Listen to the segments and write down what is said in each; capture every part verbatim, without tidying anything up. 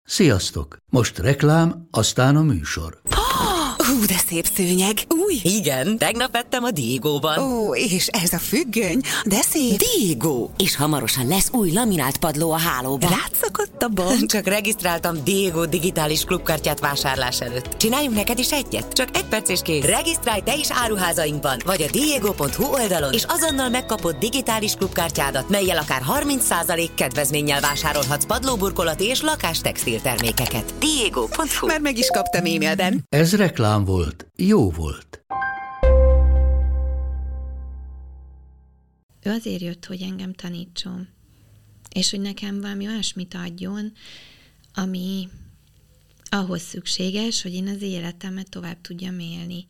Sziasztok! Most reklám, aztán a műsor. Hú, de szép szőnyeg. Új? Igen, tegnap vettem a Diegóban. Ó, és ez a függöny, de szép. Diegó! És hamarosan lesz új laminált padló a hálóban. Rátszakadt a bank. Csak regisztráltam Diegó digitális klubkártyát vásárlás előtt. Csináljunk neked is egyet? Csak egy perc és kész. Regisztrálj te is áruházainkban, vagy a diego pont hu oldalon, és azonnal megkapod digitális klubkártyádat, mellyel akár harminc százalék kedvezménnyel vásárolhatsz padlóburkolati és lakástextil termékeket. diego pont hu. Már meg is kaptam e-mailben. Ez reklám volt, jó volt. Ő azért jött, hogy engem tanítson, és hogy nekem valami olyasmit adjon, ami ahhoz szükséges, hogy én az életemet tovább tudjam élni.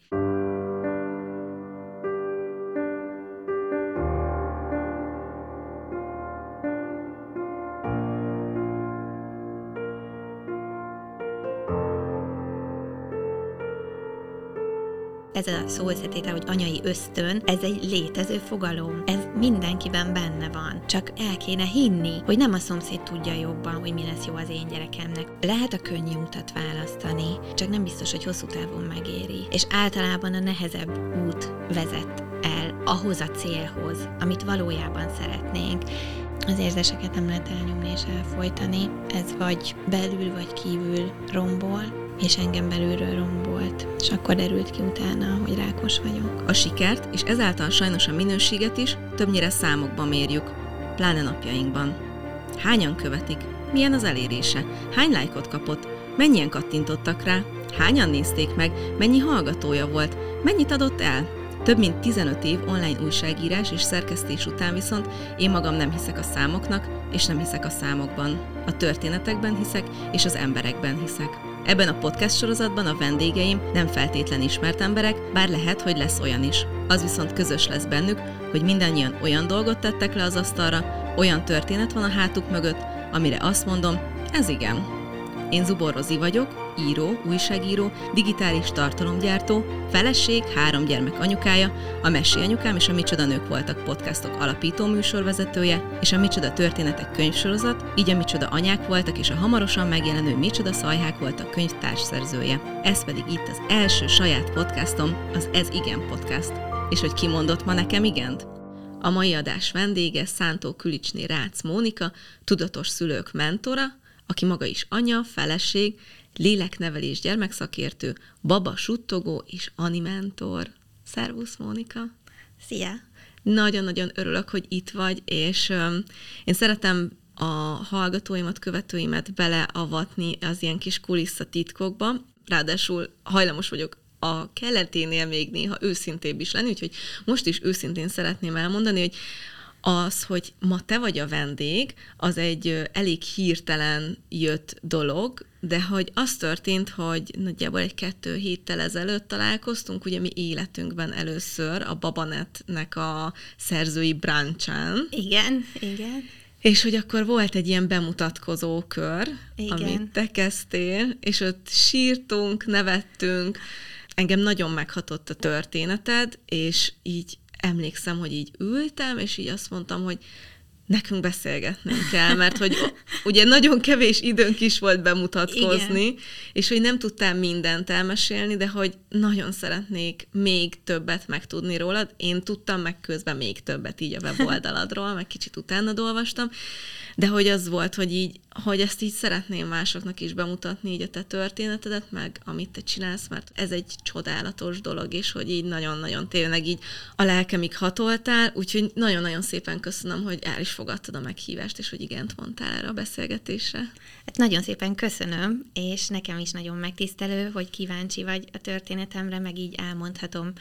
Ez a szó összetétel, hogy anyai ösztön, ez egy létező fogalom. Ez mindenkiben benne van. Csak el kéne hinni, hogy nem a szomszéd tudja jobban, hogy mi lesz jó az én gyerekemnek. Lehet a könnyű utat választani, csak nem biztos, hogy hosszú távon megéri. És általában a nehezebb út vezet el ahhoz a célhoz, amit valójában szeretnénk. Az érzéseket nem lehet elnyomni és elfojtani. Ez vagy belül, vagy kívül rombol, és engem belülről rombolt, és akkor derült ki utána, hogy rákos vagyok. A sikert, és ezáltal sajnos a minőséget is többnyire számokban mérjük, pláne napjainkban. Hányan követik? Milyen az elérése? Hány lájkot kapott? Mennyien kattintottak rá? Hányan nézték meg? Mennyi hallgatója volt? Mennyit adott el? Több mint tizenöt év online újságírás és szerkesztés után viszont én magam nem hiszek a számoknak, és nem hiszek a számokban. A történetekben hiszek, és az emberekben hiszek. Ebben a podcast sorozatban a vendégeim nem feltétlen ismert emberek, bár lehet, hogy lesz olyan is. Az viszont közös lesz bennük, hogy mindannyian olyan dolgot tettek le az asztalra, olyan történet van a hátuk mögött, amire azt mondom, ez igen. Én Zubor Rozi vagyok, író, újságíró, digitális tartalomgyártó, feleség, három gyermek anyukája, a Mesélyanyukám és a Micsoda Nők Voltak podcastok alapító műsorvezetője, és a Micsoda Történetek könyvsorozat, így a Micsoda Anyák Voltak és a hamarosan megjelenő Micsoda Szajhák Voltak könyv társszerzője. Ez pedig itt az első saját podcastom, az Ez Igen Podcast. És hogy ki mondott ma nekem igent? A mai adás vendége Szántó Külicsné Rácz Mónika, tudatos szülők mentora, aki maga is anya, feleség, léleknevelés gyermekszakértő, baba suttogó és animentor. Szervusz, Mónika! Szia! Nagyon-nagyon örülök, hogy itt vagy, és um, én szeretem a hallgatóimat, követőimet beleavatni az ilyen kis kulisszatitkokba, ráadásul hajlamos vagyok a kelleténél még néha őszintébb is lenni, úgyhogy most is őszintén szeretném elmondani, hogy az, hogy ma te vagy a vendég, az egy elég hirtelen jött dolog, de hogy az történt, hogy nagyjából egy-kettő héttel ezelőtt találkoztunk, ugye mi életünkben először a Babanetnek a szerzői brunchán. Igen, igen. És hogy akkor volt egy ilyen bemutatkozó kör, igen, amit te kezdtél, és ott sírtunk, nevettünk. Engem nagyon meghatott a történeted, és így emlékszem, hogy így ültem, és így azt mondtam, hogy nekünk beszélgetnünk kell, mert hogy ugye nagyon kevés időnk is volt bemutatkozni, igen, és hogy nem tudtam mindent elmesélni, de hogy nagyon szeretnék még többet megtudni rólad. Én tudtam meg közben még többet így a weboldaladról, meg kicsit utánad olvastam, de hogy az volt, hogy így, hogy ezt így szeretném másoknak is bemutatni, így a te történetedet, meg amit te csinálsz, mert ez egy csodálatos dolog, és hogy így nagyon-nagyon tényleg így a lelkemig hatoltál, úgyhogy nagyon-nagyon szépen köszönöm, hogy el is fogadtad a meghívást, és hogy igent mondtál erre a beszélgetésre. Hát nagyon szépen köszönöm, és nekem is nagyon megtisztelő, hogy kíváncsi vagy a történetemre, meg így elmondhatom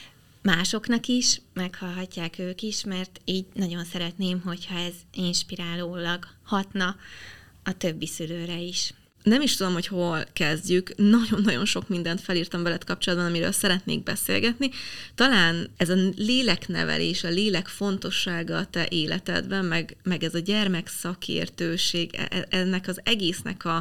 másoknak is, meghallhatják ők is, mert így nagyon szeretném, hogyha ez inspirálólag hatna a többi szülőre is. Nem is tudom, hogy hol kezdjük. Nagyon-nagyon sok mindent felírtam veled kapcsolatban, amiről szeretnék beszélgetni. Talán ez a léleknevelés, a lélek fontossága a te életedben, meg, meg ez a gyermekszakértőség, ennek az egésznek a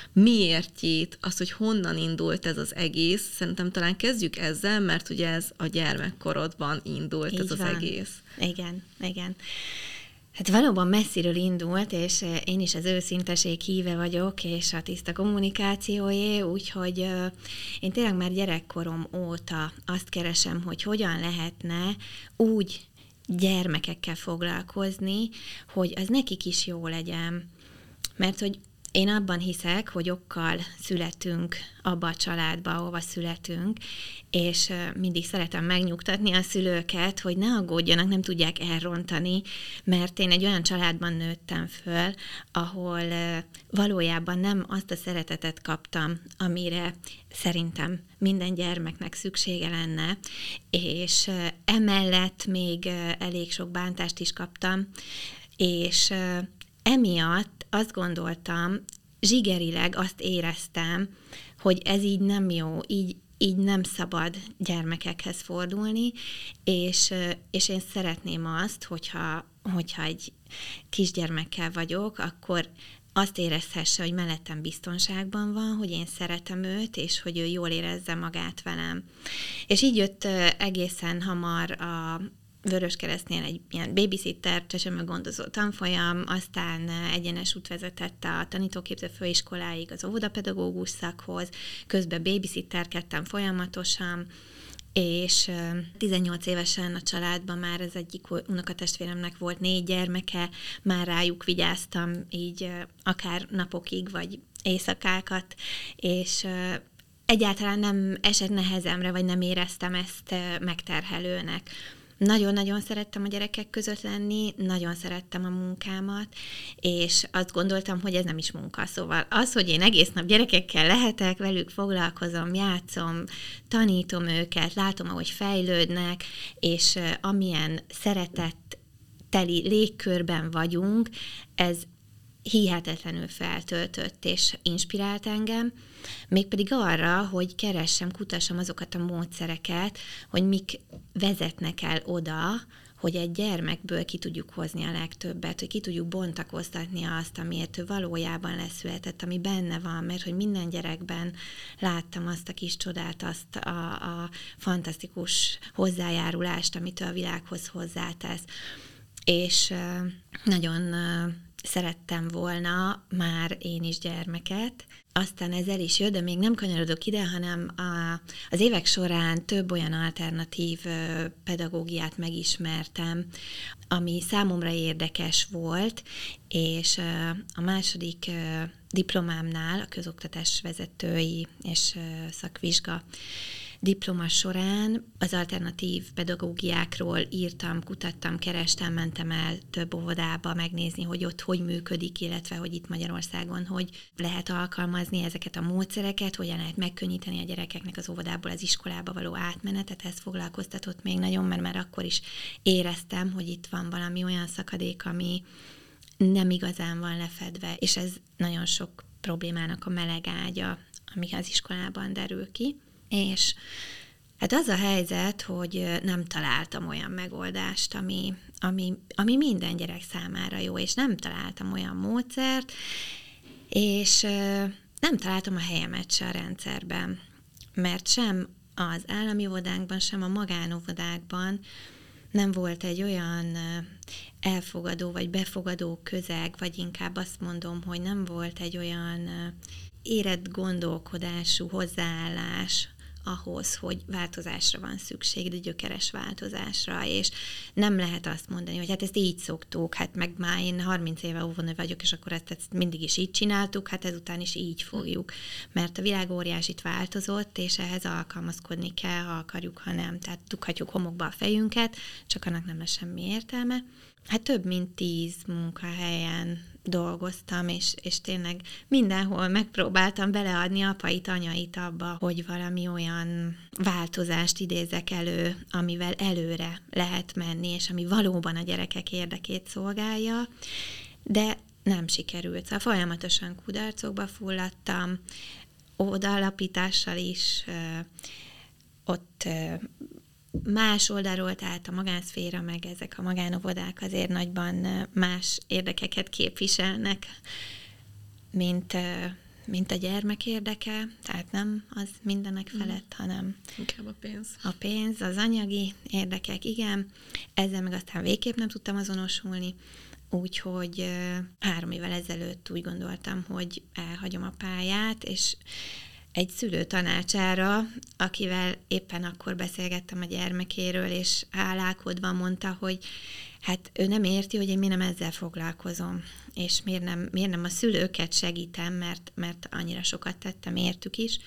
miértjét, az, hogy honnan indult ez az egész. Szerintem talán kezdjük ezzel, mert ugye ez a gyermekkorodban indult. Így ez van. Az egész. Igen, igen. Hát valóban messziről indult, és én is az őszinteség híve vagyok, és a tiszta kommunikációé, úgyhogy én tényleg már gyerekkorom óta azt keresem, hogy hogyan lehetne úgy gyermekekkel foglalkozni, hogy az nekik is jó legyen. Mert hogy én abban hiszek, hogy okkal születünk abba a családba, ahova születünk, és mindig szeretem megnyugtatni a szülőket, hogy ne aggódjanak, nem tudják elrontani, mert én egy olyan családban nőttem föl, ahol valójában nem azt a szeretetet kaptam, amire szerintem minden gyermeknek szüksége lenne, és emellett még elég sok bántást is kaptam, és emiatt azt gondoltam, zsigerileg azt éreztem, hogy ez így nem jó, így, így nem szabad gyermekekhez fordulni, és, és én szeretném azt, hogyha, hogyha egy kisgyermekkel vagyok, akkor azt érezhesse, hogy mellettem biztonságban van, hogy én szeretem őt, és hogy ő jól érezze magát velem. És így jött egészen hamar a Vöröskeresztnél egy ilyen babysitter, csecsemőgondozó tanfolyam, aztán egyenes út vezetett a tanítóképző főiskoláig az óvodapedagógus szakhoz, közben babysitterkedtem folyamatosan, és tizennyolc évesen a családban már az egyik unokatestvéremnek volt négy gyermeke, már rájuk vigyáztam így akár napokig, vagy éjszakákat, és egyáltalán nem esett nehezemre, vagy nem éreztem ezt megterhelőnek. Nagyon-nagyon szerettem a gyerekek között lenni, nagyon szerettem a munkámat, és azt gondoltam, hogy ez nem is munka. Szóval az, hogy én egész nap gyerekekkel lehetek, velük foglalkozom, játszom, tanítom őket, látom, ahogy fejlődnek, és amilyen szeretetteli légkörben vagyunk, ez hihetetlenül feltöltött és inspirált engem, mégpedig arra, hogy keressem, kutassam azokat a módszereket, hogy mik vezetnek el oda, hogy egy gyermekből ki tudjuk hozni a legtöbbet, hogy ki tudjuk bontakoztatni azt, amiért ő valójában leszületett, ami benne van, mert hogy minden gyerekben láttam azt a kis csodát, azt a, a fantasztikus hozzájárulást, amit ő a világhoz hozzátesz. És nagyon szerettem volna már én is gyermeket. Aztán ez el is jött, de még nem kanyarodok ide, hanem a, az évek során több olyan alternatív pedagógiát megismertem, ami számomra érdekes volt, és a második diplomámnál, a közoktatás vezetői és szakvizsga diploma során az alternatív pedagógiákról írtam, kutattam, kerestem, mentem el több óvodába megnézni, hogy ott hogy működik, illetve hogy itt Magyarországon hogy lehet alkalmazni ezeket a módszereket, hogyan lehet megkönnyíteni a gyerekeknek az óvodából az iskolába való átmenetet. Ez foglalkoztatott még nagyon, mert már akkor is éreztem, hogy itt van valami olyan szakadék, ami nem igazán van lefedve, és ez nagyon sok problémának a meleg ágya, ami az iskolában derül ki. És hát az a helyzet, hogy nem találtam olyan megoldást, ami, ami, ami minden gyerek számára jó, és nem találtam olyan módszert, és nem találtam a helyemet se a rendszerben, mert sem az állami óvodákban, sem a magánóvodákban nem volt egy olyan elfogadó vagy befogadó közeg, vagy inkább azt mondom, hogy nem volt egy olyan érett gondolkodású hozzáállás ahhoz, hogy változásra van szükség, de gyökeres változásra, és nem lehet azt mondani, hogy hát ezt így szoktuk, hát meg már én harminc éve óvónő vagyok, és akkor ezt, ezt mindig is így csináltuk, hát ezután is így fogjuk, mert a világ óriásit változott, és ehhez alkalmazkodni kell, ha akarjuk, ha nem. Tehát dughatjuk homokba a fejünket, csak annak nem lesz semmi értelme. Hát több mint tíz munkahelyen dolgoztam, és, és tényleg mindenhol megpróbáltam beleadni apait, anyait abba, hogy valami olyan változást idézek elő, amivel előre lehet menni, és ami valóban a gyerekek érdekét szolgálja, de nem sikerült. Szóval folyamatosan kudarcokba fulladtam, óvodaalapítással is, ott más oldalról, tehát a magánszféra, meg ezek a magánóvodák azért nagyban más érdekeket képviselnek, mint, mint a gyermek érdeke, tehát nem az mindenek felett, hanem inkább a pénz. A pénz, az anyagi érdekek, igen. Ezzel meg aztán végképp nem tudtam azonosulni. úgyhogy három évvel ezelőtt úgy gondoltam, hogy elhagyom a pályát, és egy szülő tanácsára, akivel éppen akkor beszélgettem a gyermekéről, és hálálkodva mondta, hogy hát ő nem érti, hogy én miért nem ezzel foglalkozom, és miért nem, miért nem a szülőket segítem, mert, mert annyira sokat tettem értük is.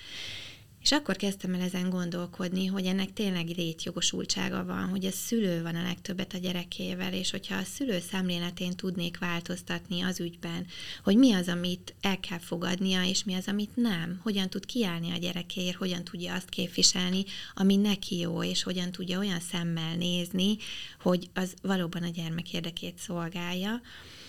És akkor kezdtem el ezen gondolkodni, hogy ennek tényleg létjogosultsága van, hogy a szülő van a legtöbbet a gyerekével, és hogyha a szülő szemléletén tudnék változtatni az ügyben, hogy mi az, amit el kell fogadnia, és mi az, amit nem, hogyan tud kiállni a gyerekéért, hogyan tudja azt képviselni, ami neki jó, és hogyan tudja olyan szemmel nézni, hogy az valóban a gyermek érdekét szolgálja.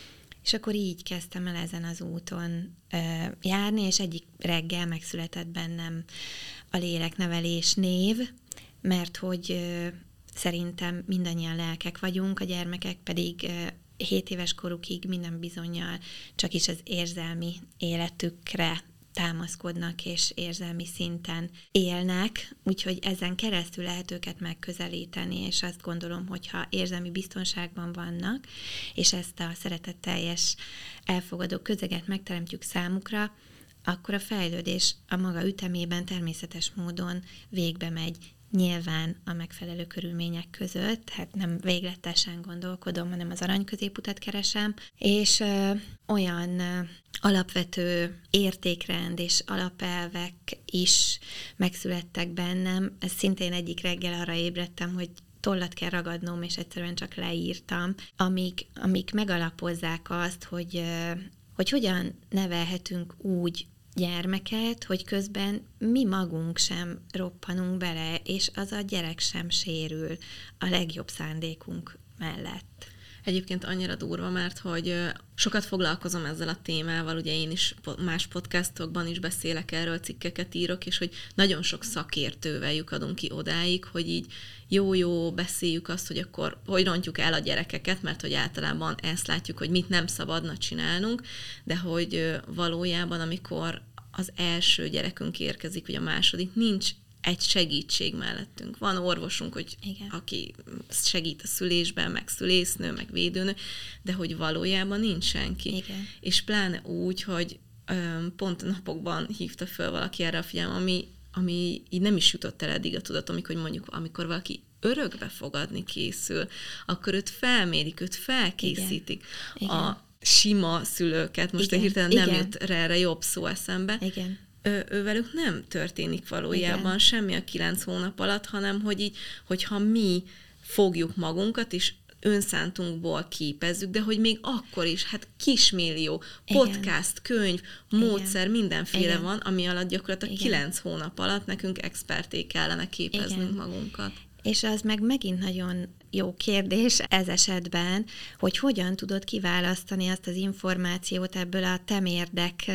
És akkor így kezdtem el ezen az úton ö, járni, és egyik reggel megszületett bennem a léleknevelés név, mert hogy ö, szerintem mindannyian lelkek vagyunk, a gyermekek pedig ö, hét éves korukig minden bizonnyal csak is az érzelmi életükre támaszkodnak, és érzelmi szinten élnek, úgyhogy ezen keresztül lehet őket megközelíteni, és azt gondolom, hogyha érzelmi biztonságban vannak, és ezt a szeretetteljes, elfogadó közeget megteremtjük számukra, akkor a fejlődés a maga ütemében természetes módon végbe megy, nyilván a megfelelő körülmények között, hát nem végletesen gondolkodom, hanem az arany középutat keresem, és ö, olyan ö, alapvető értékrend és alapelvek is megszülettek bennem. Ez szintén egyik reggel arra ébredtem, hogy tollat kell ragadnom, és egyszerűen csak leírtam, amik, amik megalapozzák azt, hogy, ö, hogy hogyan nevelhetünk úgy gyermeket, hogy közben mi magunk sem roppanunk bele, és az a gyerek sem sérül a legjobb szándékunk mellett. Egyébként annyira durva, mert hogy sokat foglalkozom ezzel a témával, ugye én is más podcastokban is beszélek erről, cikkeket írok, és hogy nagyon sok szakértővel lyukadunk ki odáig, hogy így jó-jó beszéljük azt, hogy akkor hogy rontjuk el a gyerekeket, mert hogy általában ezt látjuk, hogy mit nem szabadna csinálnunk, de hogy valójában, amikor az első gyerekünk érkezik, vagy a második, nincs egy segítség mellettünk. Van orvosunk, hogy igen, aki segít a szülésben, meg szülésznő, meg védőnő, de hogy valójában nincs senki. Igen. És pláne úgy, hogy pont napokban hívta föl valaki erre a figyelmet, ami, ami így nem is jutott el eddig a tudatomig, hogy mondjuk amikor valaki örökbe fogadni készül, akkor őt felmérik, őt felkészítik. Igen. A sima szülőket, most igen, hirtelen nem igen. jut erre jobb szó eszembe. Igen. Ő, ővelük nem történik valójában igen. semmi a kilenc hónap alatt, hanem hogy így, hogyha mi fogjuk magunkat, és önszántunkból képezzük, de hogy még akkor is, hát kismillió podcast, könyv, módszer, igen. mindenféle igen. van, ami alatt gyakorlatilag kilenc hónap alatt nekünk experté kellene képeznünk igen. magunkat. És az meg megint nagyon jó kérdés ez esetben, hogy hogyan tudod kiválasztani azt az információt ebből a temérdek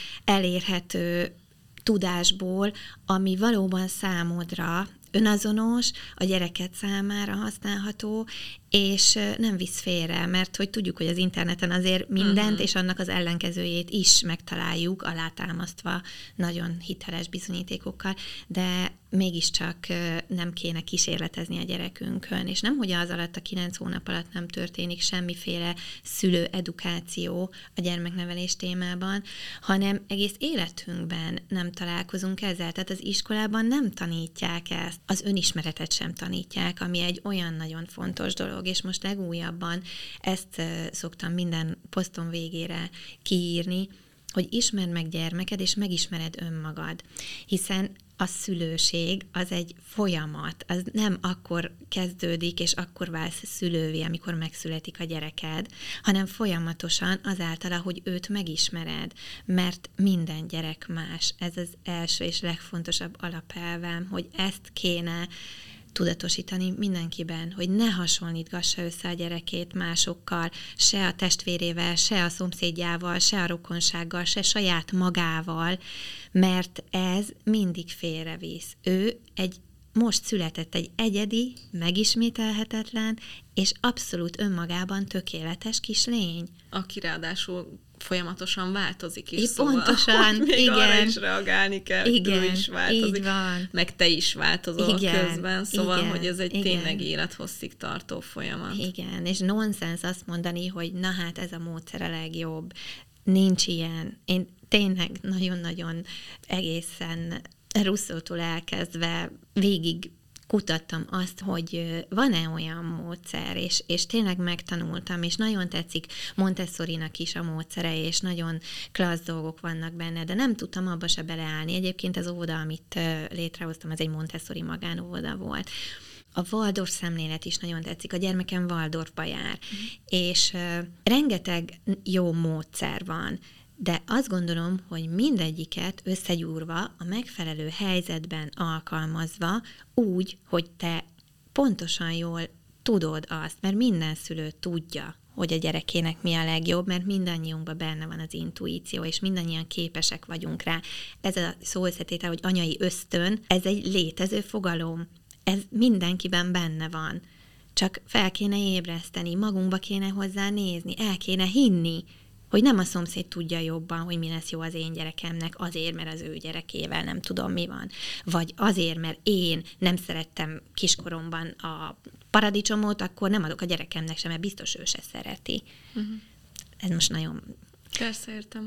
elérhető tudásból, ami valóban számodra önazonos, a gyereket számára használható, és nem visz félre, mert hogy tudjuk, hogy az interneten azért mindent, uh-huh. és annak az ellenkezőjét is megtaláljuk, alátámasztva nagyon hiteles bizonyítékokkal, de mégiscsak nem kéne kísérletezni a gyerekünkön, és nem, hogy az alatt a kilenc hónap alatt nem történik semmiféle szülő edukáció a gyermeknevelés témában, hanem egész életünkben nem találkozunk ezzel, tehát az iskolában nem tanítják ezt, az önismeretet sem tanítják, ami egy olyan nagyon fontos dolog, és most legújabban ezt szoktam minden poszton végére kiírni, hogy ismerd meg gyermeked, és megismered önmagad. Hiszen a szülőség az egy folyamat, az nem akkor kezdődik, és akkor válsz szülővé, amikor megszületik a gyereked, hanem folyamatosan azáltal, hogy őt megismered, mert minden gyerek más. Ez az első és legfontosabb alapelvem, hogy ezt kéne tudatosítani mindenkiben, hogy ne hasonlítgassa össze a gyerekét másokkal, se a testvérével, se a szomszédjával, se a rokonsággal, se saját magával, mert ez mindig félrevisz. Ő egy most született egy egyedi, megismételhetetlen, és abszolút önmagában tökéletes kis lény. Aki ráadásul folyamatosan változik is, I, szóval pontosan, még igen. arra is reagálni kell, igen, ő is változik, így van. meg te is változol igen, közben, szóval, igen, hogy ez egy igen. tényleg élethosszig tartó folyamat. Igen, és nonsens azt mondani, hogy na hát ez a módszer a legjobb. Nincs ilyen. Én tényleg nagyon-nagyon egészen Russzótól elkezdve végig kutattam azt, hogy van-e olyan módszer, és, és tényleg megtanultam, és nagyon tetszik Montessorinak is a módszere, és nagyon klassz dolgok vannak benne, de nem tudtam abba se beleállni. Egyébként az óvoda, amit létrehoztam, ez egy Montessori magánóvoda volt. A Waldorf szemlélet is nagyon tetszik, a gyermekem Waldorfba jár, mm. és uh, rengeteg jó módszer van, de azt gondolom, hogy mindegyiket összegyúrva, a megfelelő helyzetben alkalmazva úgy, hogy te pontosan jól tudod azt, mert minden szülő tudja, hogy a gyerekének mi a legjobb, mert mindannyiunkban benne van az intuíció, és mindannyian képesek vagyunk rá. Ez a szó összetétel, hogy anyai ösztön, ez egy létező fogalom. Ez mindenkiben benne van. Csak fel kéne ébreszteni, magunkba kéne hozzá nézni, el kéne hinni, hogy nem a szomszéd tudja jobban, hogy mi lesz jó az én gyerekemnek, azért, mert az ő gyerekével nem tudom, mi van. Vagy azért, mert én nem szerettem kiskoromban a paradicsomot, akkor nem adok a gyerekemnek sem, mert biztos ő se szereti. Uh-huh. Ez most nagyon... Persze, értem.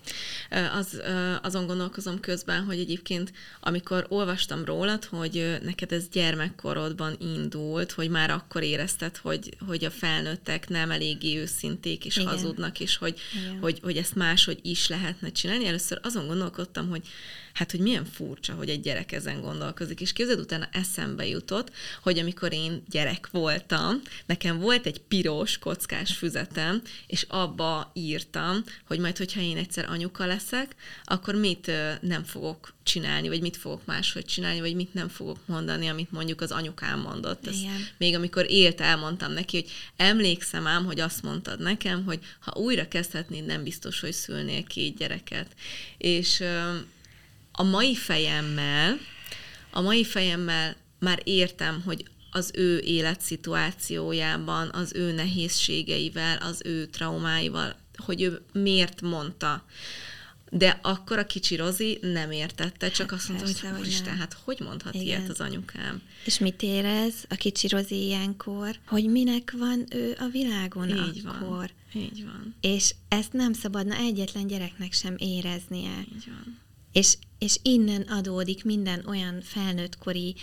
Az, azon gondolkozom közben, hogy egyébként amikor olvastam rólad, hogy neked ez gyermekkorodban indult, hogy már akkor érezted, hogy, hogy a felnőttek nem eléggé őszinték és Igen. hazudnak, és hogy, hogy, hogy ezt máshogy is lehetne csinálni. Először azon gondolkodtam, hogy hát, hogy milyen furcsa, hogy egy gyerek ezen gondolkozik. És képzeld, utána eszembe jutott, hogy amikor én gyerek voltam, nekem volt egy piros kockás füzetem, és abba írtam, hogy majd, hogyha én egyszer anyuka leszek, akkor mit nem fogok csinálni, vagy mit fogok máshogy csinálni, vagy mit nem fogok mondani, amit mondjuk az anyukám mondott. Ezt még amikor élt, elmondtam neki, hogy emlékszem ám, hogy azt mondtad nekem, hogy ha újra kezdhetnéd, nem biztos, hogy szülnél két gyereket. És a mai fejemmel, a mai fejemmel már értem, hogy az ő életszituációjában, az ő nehézségeivel, az ő traumáival, hogy ő miért mondta. De akkor a kicsi Rozi nem értette, csak hát azt mondta, persze, hogy úristen, hát hogy mondhat Igen. ilyet az anyukám? És mit érez a kicsi Rozi ilyenkor? Hogy minek van ő a világon Így akkor? Van. Így van. És ezt nem szabadna egyetlen gyereknek sem éreznie. Így van. És, és innen adódik minden olyan felnőttkori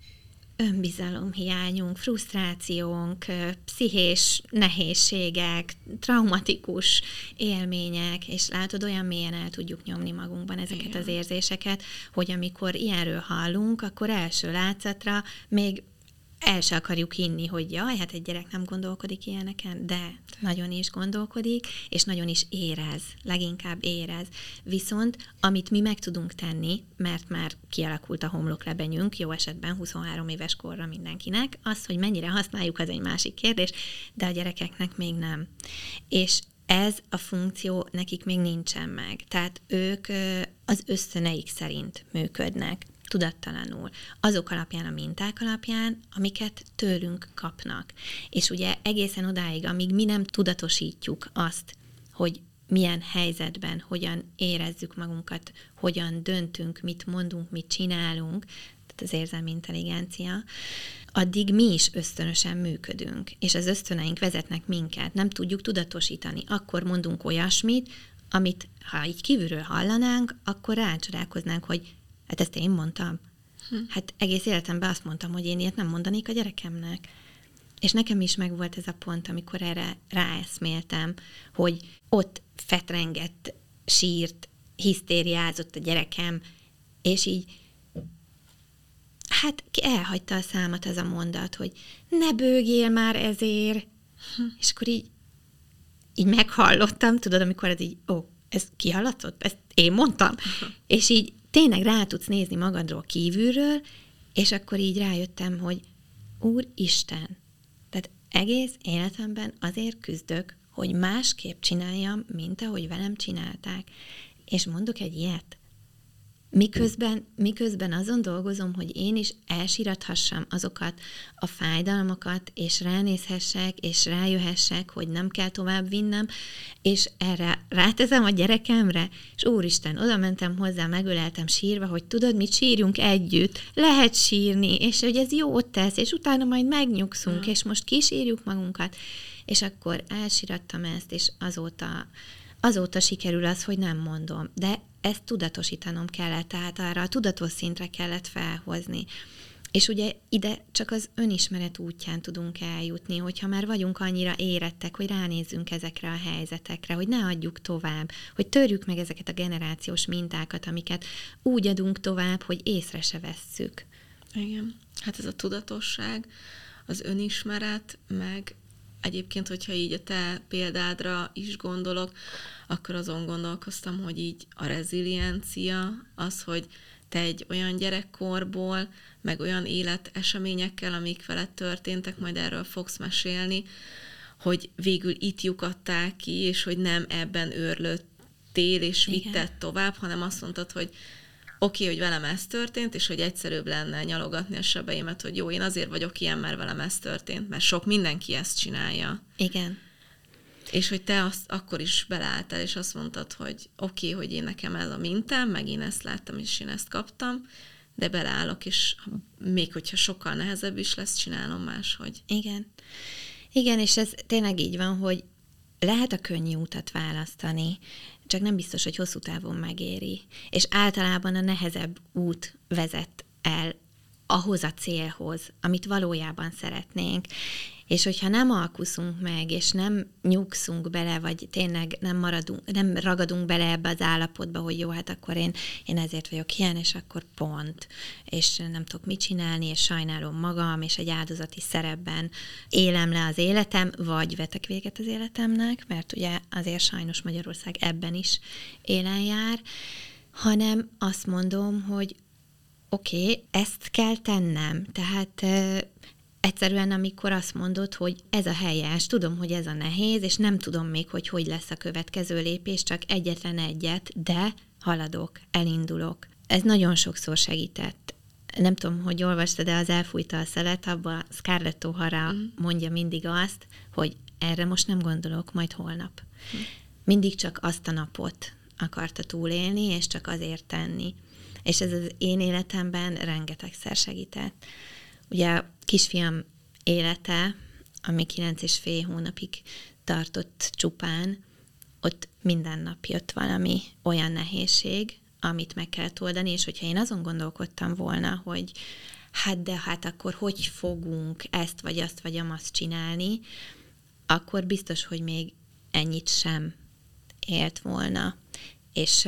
önbizalomhiányunk, frusztrációnk, pszichés nehézségek, traumatikus élmények, és látod, olyan mélyen el tudjuk nyomni magunkban ezeket Igen. az érzéseket, hogy amikor ilyenről hallunk, akkor első látszatra még el se akarjuk hinni, hogy jaj, hát egy gyerek nem gondolkodik ilyeneken, de nagyon is gondolkodik, és nagyon is érez, leginkább érez. Viszont, amit mi meg tudunk tenni, mert már kialakult a homloklebenyünk, jó esetben huszonhárom éves korra mindenkinek, az, hogy mennyire használjuk, az egy másik kérdés, de a gyerekeknek még nem. És ez a funkció nekik még nincsen meg. Tehát ők az ösztöneik szerint működnek, tudattalanul, azok alapján, a minták alapján, amiket tőlünk kapnak. És ugye egészen odáig, amíg mi nem tudatosítjuk azt, hogy milyen helyzetben, hogyan érezzük magunkat, hogyan döntünk, mit mondunk, mit csinálunk, tehát az érzelmi intelligencia, addig mi is ösztönösen működünk, és az ösztöneink vezetnek minket, nem tudjuk tudatosítani. Akkor mondunk olyasmit, amit, ha így kívülről hallanánk, akkor rácsodálkoznánk, hogy hát ezt én mondtam. Hm. Hát egész életemben azt mondtam, hogy én ilyet nem mondanék a gyerekemnek. És nekem is megvolt ez a pont, amikor erre ráeszméltem, hogy ott fetrengett, sírt, hisztériázott a gyerekem, és így hát elhagyta a számat az a mondat, hogy ne bőgjél már ezért. Hm. És akkor így, így meghallottam, tudod, amikor ez így, ó, ez kihallatszott? Ezt én mondtam? Hm. És így tényleg rá tudsz nézni magadról kívülről, és akkor így rájöttem, hogy Úristen, tehát egész életemben azért küzdök, hogy másképp csináljam, mint ahogy velem csinálták. És mondok egy ilyet. Miközben, miközben azon dolgozom, hogy én is elsirathassam azokat a fájdalmakat, és ránézhessek, és rájöhessek, hogy nem kell tovább vinnem, és erre rátezem a gyerekemre, és úristen, oda mentem hozzá, megöleltem sírva, hogy tudod, mit sírjunk együtt, lehet sírni, és hogy ez jót tesz, és utána majd megnyugszunk, mm. és most kísírjuk magunkat, és akkor elsirattam ezt, és azóta, azóta sikerül az, hogy nem mondom, de ezt tudatosítanom kellett, tehát arra a tudatos szintre kellett felhozni. És ugye ide csak az önismeret útján tudunk eljutni, hogyha már vagyunk annyira érettek, hogy ránézzünk ezekre a helyzetekre, hogy ne adjuk tovább, hogy törjük meg ezeket a generációs mintákat, amiket úgy adunk tovább, hogy észre se vesszük. Igen, hát ez a tudatosság, az önismeret, meg egyébként, hogyha így a te példádra is gondolok, akkor azon gondolkoztam, hogy így a reziliencia, az, hogy te egy olyan gyerekkorból, meg olyan életeseményekkel, amik veled történtek, majd erről fogsz mesélni, hogy végül itt lyukadtál ki, és hogy nem ebben őrlődtél, és vitted tovább, hanem azt mondtad, hogy oké, okay, hogy velem ez történt, és hogy egyszerűbb lenne nyalogatni a sebeimet, hogy jó, én azért vagyok ilyen, mert velem ez történt, mert sok mindenki ezt csinálja. Igen. És hogy te azt akkor is beleálltál, és azt mondtad, hogy oké, okay, hogy én nekem ez a mintám, meg én ezt láttam, és én ezt kaptam, de beleállok, és még hogyha sokkal nehezebb is lesz, csinálom máshogy. Igen. Igen, és ez tényleg így van, hogy lehet a könnyű utat választani, csak nem biztos, hogy hosszú távon megéri. És általában a nehezebb út vezet el ahhoz a célhoz, amit valójában szeretnénk. És hogyha nem alkuszunk meg, és nem nyugszunk bele, vagy tényleg nem, maradunk, nem ragadunk bele ebbe az állapotba, hogy jó, hát akkor én, én ezért vagyok ilyen, és akkor pont. És nem tudok mit csinálni, és sajnálom magam, és egy áldozati szerepben élem le az életem, vagy vetek véget az életemnek, mert ugye azért sajnos Magyarország ebben is élen jár, hanem azt mondom, hogy oké, okay, ezt kell tennem. Tehát egyszerűen, amikor azt mondod, hogy ez a helyes, tudom, hogy ez a nehéz, és nem tudom még, hogy hogy lesz a következő lépés, csak egyetlen egyet, de haladok, elindulok. Ez nagyon sokszor segített. Nem tudom, hogy olvastad, de az Elfújta a szelet, abban Scarlett O'Hara mm. mondja mindig azt, hogy erre most nem gondolok, majd holnap. Mm. Mindig csak azt a napot akarta túlélni, és csak azért tenni. És ez az én életemben rengetegszer segített. Ugye a kisfiam élete, ami kilenc és fél hónapig tartott csupán, ott minden nap jött valami olyan nehézség, amit meg kellett oldani, és hogyha én azon gondolkodtam volna, hogy hát de hát akkor hogy fogunk ezt, vagy azt, vagy amazt csinálni, akkor biztos, hogy még ennyit sem élt volna. És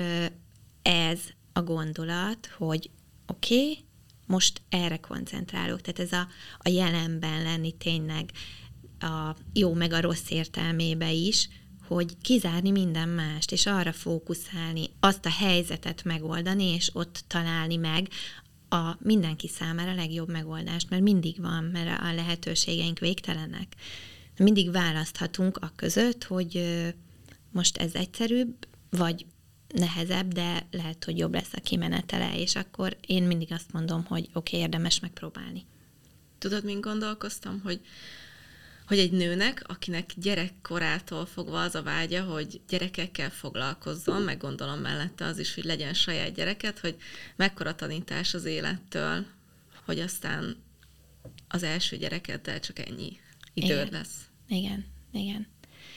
ez a gondolat, hogy oké, okay, most erre koncentrálok. Tehát ez a, a jelenben lenni tényleg a jó meg a rossz értelmébe is, hogy kizárni minden mást, és arra fókuszálni, azt a helyzetet megoldani, és ott találni meg a mindenki számára a legjobb megoldást, mert mindig van, mert a lehetőségeink végtelenek. Mindig választhatunk a között, hogy most ez egyszerűbb, vagy nehezebb, de lehet, hogy jobb lesz a kimenetele, és akkor én mindig azt mondom, hogy oké, okay, érdemes megpróbálni. Tudod, mint gondolkoztam, hogy, hogy egy nőnek, akinek gyerekkorától fogva az a vágya, hogy gyerekekkel foglalkozzon, meg gondolom mellette az is, hogy legyen saját gyereket, hogy mekkora tanítás az élettől, hogy aztán az első gyerekeddel csak ennyi időd igen. lesz. Igen, igen.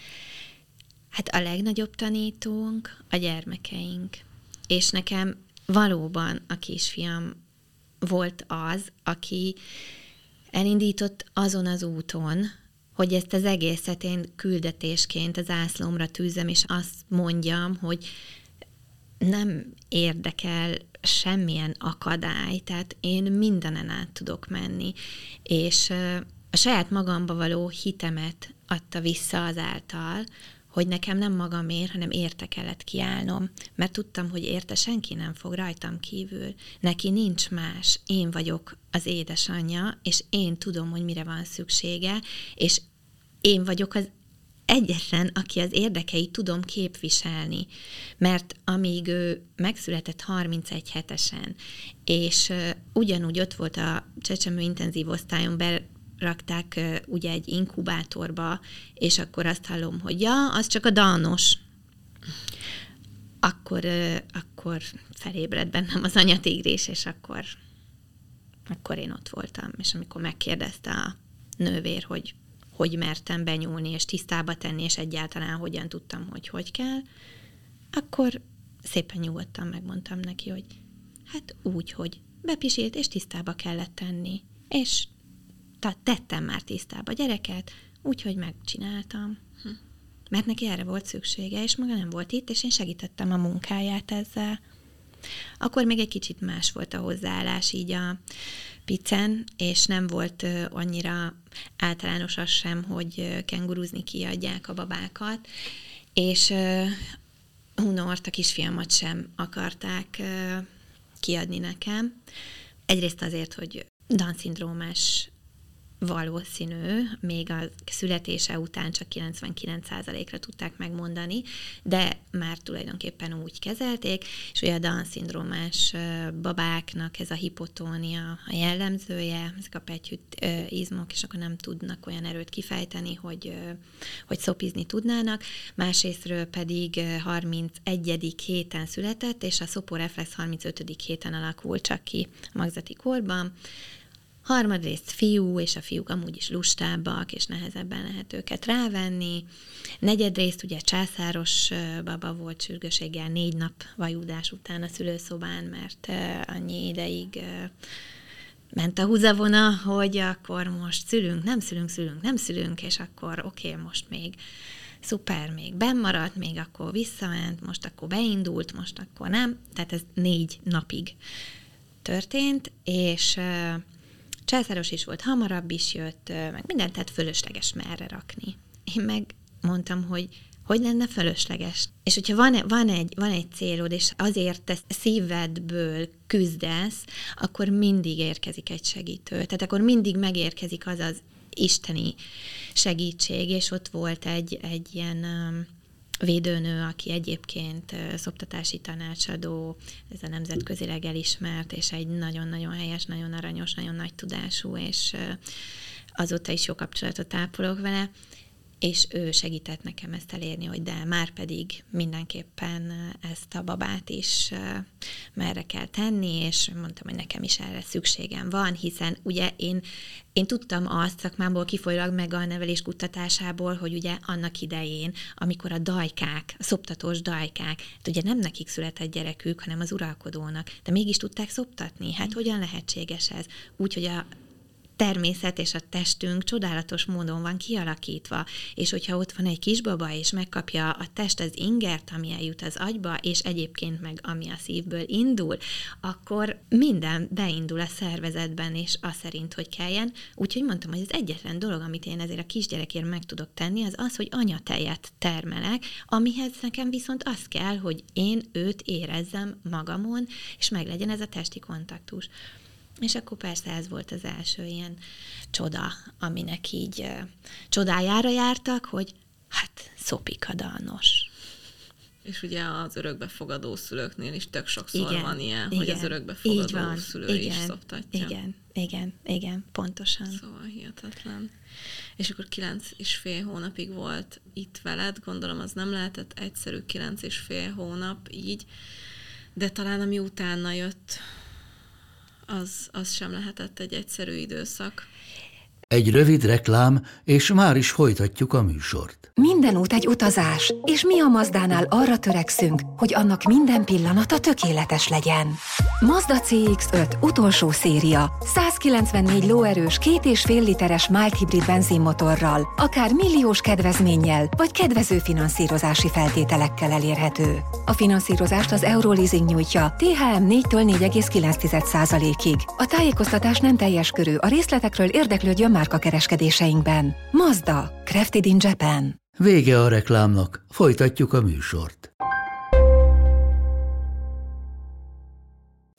Hát a legnagyobb tanítónk a gyermekeink. És nekem valóban a kisfiam volt az, aki elindított azon az úton, hogy ezt az egészet én küldetésként az zászlómra tűzem, és azt mondjam, hogy nem érdekel semmilyen akadály, tehát én mindenen át tudok menni. És a saját magamba való hitemet adta vissza azáltal, hogy nekem nem magamért, hanem érte kellett kiállnom, mert tudtam, hogy érte senki nem fog rajtam kívül. Neki nincs más, én vagyok az édesanyja, és én tudom, hogy mire van szüksége, és én vagyok az egyetlen, aki az érdekeit tudom képviselni, mert amíg ő megszületett harmincegy hetesen, és ugyanúgy ott volt a csecsemő intenzív osztályon, berakták ugye egy inkubátorba, és akkor azt hallom, hogy ja, az csak a Downos. Akkor, akkor felébredt bennem az anyatigrés, és akkor, akkor én ott voltam. És amikor megkérdezte a nővér, hogy hogy mertem benyúlni, és tisztába tenni, és egyáltalán hogyan tudtam, hogy hogy kell, akkor szépen nyugodtan megmondtam neki, hogy hát úgy, hogy bepisilt, és tisztába kellett tenni. És tehát tettem már tisztába gyereket, úgyhogy megcsináltam. Hm. Mert neki erre volt szüksége, és maga nem volt itt, és én segítettem a munkáját ezzel. Akkor még egy kicsit más volt a hozzáállás így a picen, és nem volt annyira általános az sem, hogy kenguruzni kiadják a babákat, és Hunort, a kisfiamat sem akarták kiadni nekem. Egyrészt azért, hogy Down-szindrómás valószínű, még a születése után csak kilencvenkilenc százalékra tudták megmondani, de már tulajdonképpen úgy kezelték, és ugye a Down-szindrómás babáknak ez a hipotónia a jellemzője, ezek a pettyűt izmok, és akkor nem tudnak olyan erőt kifejteni, hogy, hogy szopizni tudnának. Másrésztről pedig harmincegyedik héten született, és a szoporeflex harmincötödik héten alakul csak ki a magzati korban. Harmadrészt fiú, és a fiúk amúgy is lustábbak, és nehezebben lehet őket rávenni. Negyedrészt ugye császáros baba volt sürgőséggel négy nap vajúdás után a szülőszobán, mert annyi ideig ment a húzavona, hogy akkor most szülünk, nem szülünk, szülünk, nem szülünk, és akkor oké, okay, most még szuper, még bennmaradt, még akkor visszament, most akkor beindult, most akkor nem. Tehát ez négy napig történt, és császáros is volt, hamarabb is jött, meg mindent, tehát fölösleges merre rakni. Én meg mondtam, hogy hogy lenne fölösleges. És hogyha van, van, egy, van egy célod, és azért te szívedből küzdesz, akkor mindig érkezik egy segítő. Tehát akkor mindig megérkezik az az isteni segítség, és ott volt egy, egy ilyen um, védőnő, aki egyébként uh, szoptatási tanácsadó, ez a nemzetközileg elismert, és egy nagyon-nagyon helyes, nagyon aranyos, nagyon nagy tudású, és uh, azóta is jó kapcsolatot ápolok vele, és ő segített nekem ezt elérni, hogy de már pedig mindenképpen ezt a babát is merre kell tenni, és mondtam, hogy nekem is erre szükségem van, hiszen ugye én, én tudtam azt szakmámból kifolyólag meg a nevelés kutatásából, hogy ugye annak idején, amikor a dajkák, a szoptatós dajkák, hát ugye nem nekik született gyerekük, hanem az uralkodónak, de mégis tudták szoptatni. Hát hogyan lehetséges ez? Úgy, hogy a természet és a testünk csodálatos módon van kialakítva, és hogyha ott van egy kisbaba, és megkapja a test az ingert, ami eljut az agyba, és egyébként meg ami a szívből indul, akkor minden beindul a szervezetben, és az szerint, hogy kelljen. Úgyhogy mondtam, hogy az egyetlen dolog, amit én ezért a kisgyerekért meg tudok tenni, az az, hogy anyatejet termelek, amihez nekem viszont az kell, hogy én őt érezzem magamon, és meglegyen ez a testi kontaktus. És akkor persze ez volt az első ilyen csoda, aminek így uh, csodájára jártak, hogy hát szopika Dalnos. És ugye az örökbefogadó szülőknél is tök sokszor igen, van ilyen, igen, hogy az örökbefogadó van, szülő igen, is szoptatja. Igen, igen, igen, pontosan. Szóval hihetetlen. És akkor kilenc és fél hónapig volt itt veled, gondolom az nem lehetett egyszerű kilenc és fél hónap így, de talán ami utána jött, Az, az sem lehetett egy egyszerű időszak. Egy rövid reklám, és már is folytatjuk a műsort. Minden út egy utazás, és mi a Mazdánál arra törekszünk, hogy annak minden pillanata tökéletes legyen. Mazda cé iksz öt utolsó széria, százkilencvennégy lóerős, két és fél literes mild hibrid benzinmotorral, akár milliós kedvezménnyel, vagy kedvező finanszírozási feltételekkel elérhető. A finanszírozást az Euroleasing nyújtja, té há em négytől négy egész kilenc százalékig. A tájékoztatás nem teljes körű, a részletekről érdeklődjön márkakereskedéseinkben. Mazda, crafted in Japan. Vége a reklámnak, folytatjuk a műsort.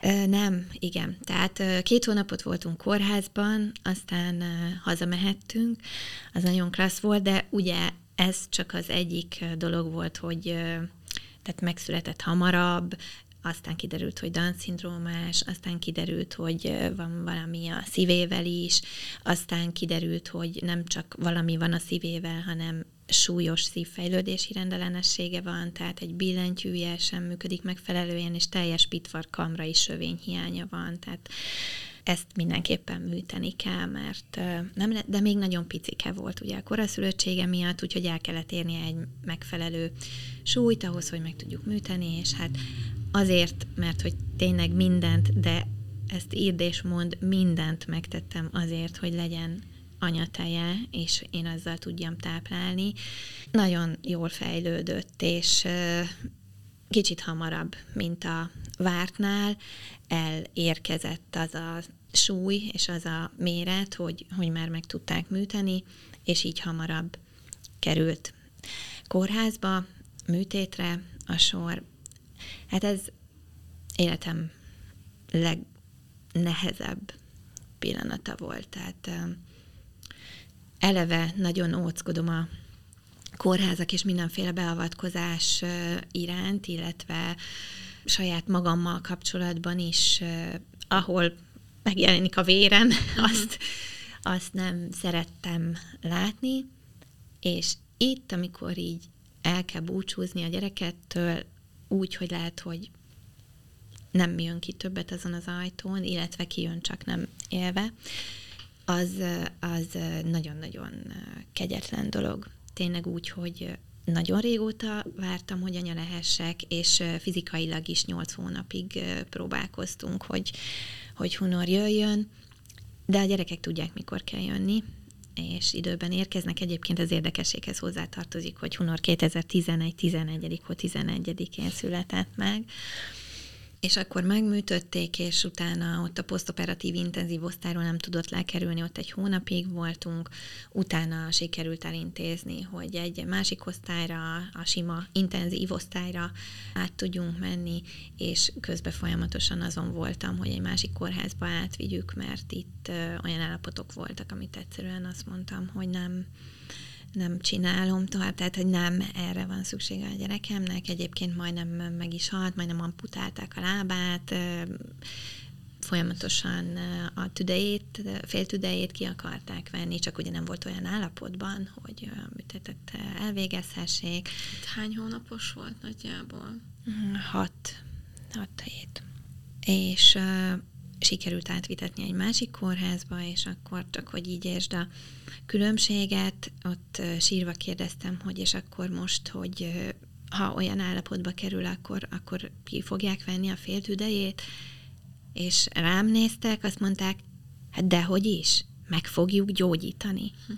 Nem, igen. Tehát két hónapot voltunk kórházban, aztán hazamehettünk, az nagyon klassz volt, de ugye ez csak az egyik dolog volt, hogy tehát megszületett hamarabb, aztán kiderült, hogy Down-szindrómás, aztán kiderült, hogy van valami a szívével is, aztán kiderült, hogy nem csak valami van a szívével, hanem súlyos szívfejlődési rendellenessége van, tehát egy billentyűje sem működik megfelelően, és teljes pitvarkamra is sövényhiánya van, tehát ezt mindenképpen műteni kell, mert nem le, de még nagyon picike volt ugye a koraszülöttsége miatt, úgyhogy el kellett érnie egy megfelelő súlyt ahhoz, hogy meg tudjuk műteni, és hát azért, mert hogy tényleg mindent, de ezt írd és mond, mindent megtettem azért, hogy legyen anyateje, és én azzal tudjam táplálni. Nagyon jól fejlődött, és kicsit hamarabb, mint a vártnál, elérkezett az a súly és az a méret, hogy, hogy már meg tudták műteni, és így hamarabb került kórházba, műtétre a sor. Hát ez életem legnehezebb pillanata volt, tehát eleve nagyon óckodom a kórházak és mindenféle beavatkozás iránt, illetve saját magammal kapcsolatban is, ahol megjelenik a vérem, uh-huh. azt, azt nem szerettem látni, és itt, amikor így el kell búcsúzni a gyerekettől, úgy, hogy lehet, hogy nem jön ki többet azon az ajtón, illetve kijön csak nem élve, az, az nagyon-nagyon kegyetlen dolog. Tényleg úgy, hogy nagyon régóta vártam, hogy anya lehessek, és fizikailag is nyolc hónapig próbálkoztunk, hogy, hogy Hunor jöjjön, de a gyerekek tudják, mikor kell jönni, és időben érkeznek. Egyébként az érdekességhez hozzátartozik, hogy Hunor kétezer-tizenegy tizenegyedikén tizenegyedikén született meg, és akkor megműtötték, és utána ott a posztoperatív intenzív osztályról nem tudott lekerülni, ott egy hónapig voltunk, utána sikerült elintézni, hogy egy másik osztályra, a sima intenzív osztályra át tudjunk menni, és közben folyamatosan azon voltam, hogy egy másik kórházba átvigyük, mert itt olyan állapotok voltak, amit egyszerűen azt mondtam, hogy nem, nem csinálom tovább, tehát, hogy nem erre van szüksége a gyerekemnek. Egyébként majdnem meg is halt, majdnem amputálták a lábát, folyamatosan a tüdejét, fél tüdejét ki akarták venni, csak ugye nem volt olyan állapotban, hogy a műtétet elvégezhessék. Hány hónapos volt nagyjából? Hat. Hat hét. És uh, sikerült átvitetni egy másik kórházba, és akkor csak, hogy így értsd a különbséget, ott sírva kérdeztem, hogy és akkor most, hogy ha olyan állapotba kerül, akkor, akkor ki fogják venni a fél tüdejét, és rám néztek, azt mondták, hát dehogy is, meg fogjuk gyógyítani. Hm.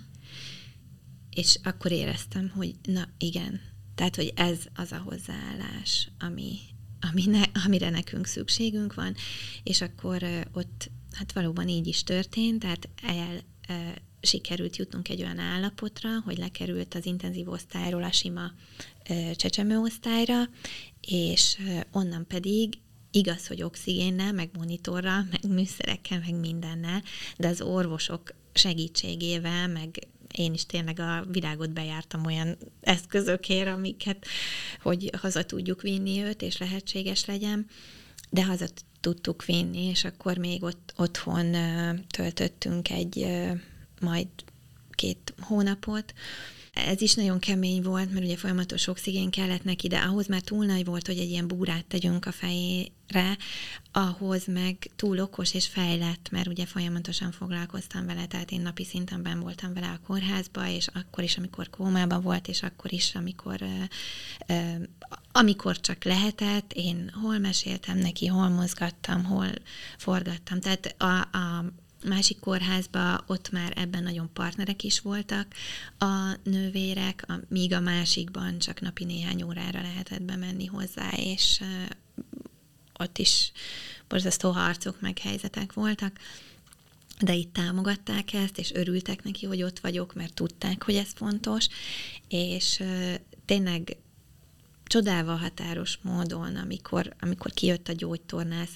És akkor éreztem, hogy na igen, tehát, hogy ez az a hozzáállás, ami, ami ne, amire nekünk szükségünk van, és akkor ott hát valóban így is történt, tehát el sikerült jutnunk egy olyan állapotra, hogy lekerült az intenzív osztályról a sima csecsemő osztályra, és onnan pedig igaz, hogy oxigénnel, meg monitorral, meg műszerekkel, meg mindennel, de az orvosok segítségével, meg én is tényleg a világot bejártam olyan eszközökért, amiket, hogy haza tudjuk vinni őt, és lehetséges legyen, de haza tudtuk vinni, és akkor még ott otthon töltöttünk egy majd két hónapot. Ez is nagyon kemény volt, mert ugye folyamatos oxigén kellett neki, de ahhoz már túl nagy volt, hogy egy ilyen búrát tegyünk a fejére, ahhoz meg túl okos és fejlett, mert ugye folyamatosan foglalkoztam vele, tehát én napi szinten benn voltam vele a kórházba, és akkor is, amikor kómában volt, és akkor is, amikor, uh, uh, amikor csak lehetett, én hol meséltem neki, hol mozgattam, hol forgattam. Tehát a, a másik kórházban ott már ebben nagyon partnerek is voltak a nővérek, a, míg a másikban csak napi néhány órára lehetett bemenni hozzá, és uh, ott is borzasztó harcok meg helyzetek voltak, de itt támogatták ezt, és örültek neki, hogy ott vagyok, mert tudták, hogy ez fontos, és uh, tényleg csodálva határos módon, amikor, amikor kijött a gyógytornász,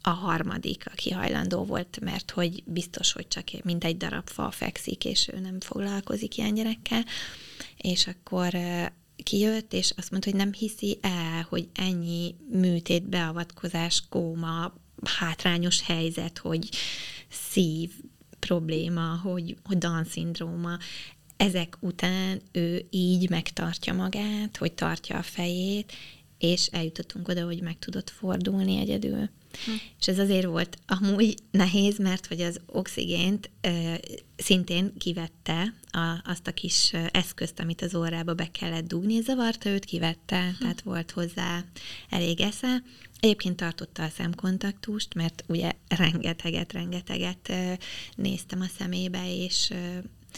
a harmadik, aki hajlandó volt, mert hogy biztos, hogy csak mint egy darab fa fekszik, és ő nem foglalkozik ilyen gyerekkel, és akkor kijött, és azt mondta, hogy nem hiszi el, hogy ennyi műtét, beavatkozás, kóma, hátrányos helyzet, hogy szív probléma, hogy, hogy Down-szindróma, ezek után ő így megtartja magát, hogy tartja a fejét, és eljutottunk oda, hogy meg tudott fordulni egyedül. Hm. És ez azért volt amúgy nehéz, mert hogy az oxigént ö, szintén kivette a, azt a kis eszközt, amit az orrába be kellett dugni, zavarta őt, kivette, hm. tehát volt hozzá elég esze. Egyébként tartotta a szemkontaktust, mert ugye rengeteget, rengeteget ö, néztem a szemébe, és ö,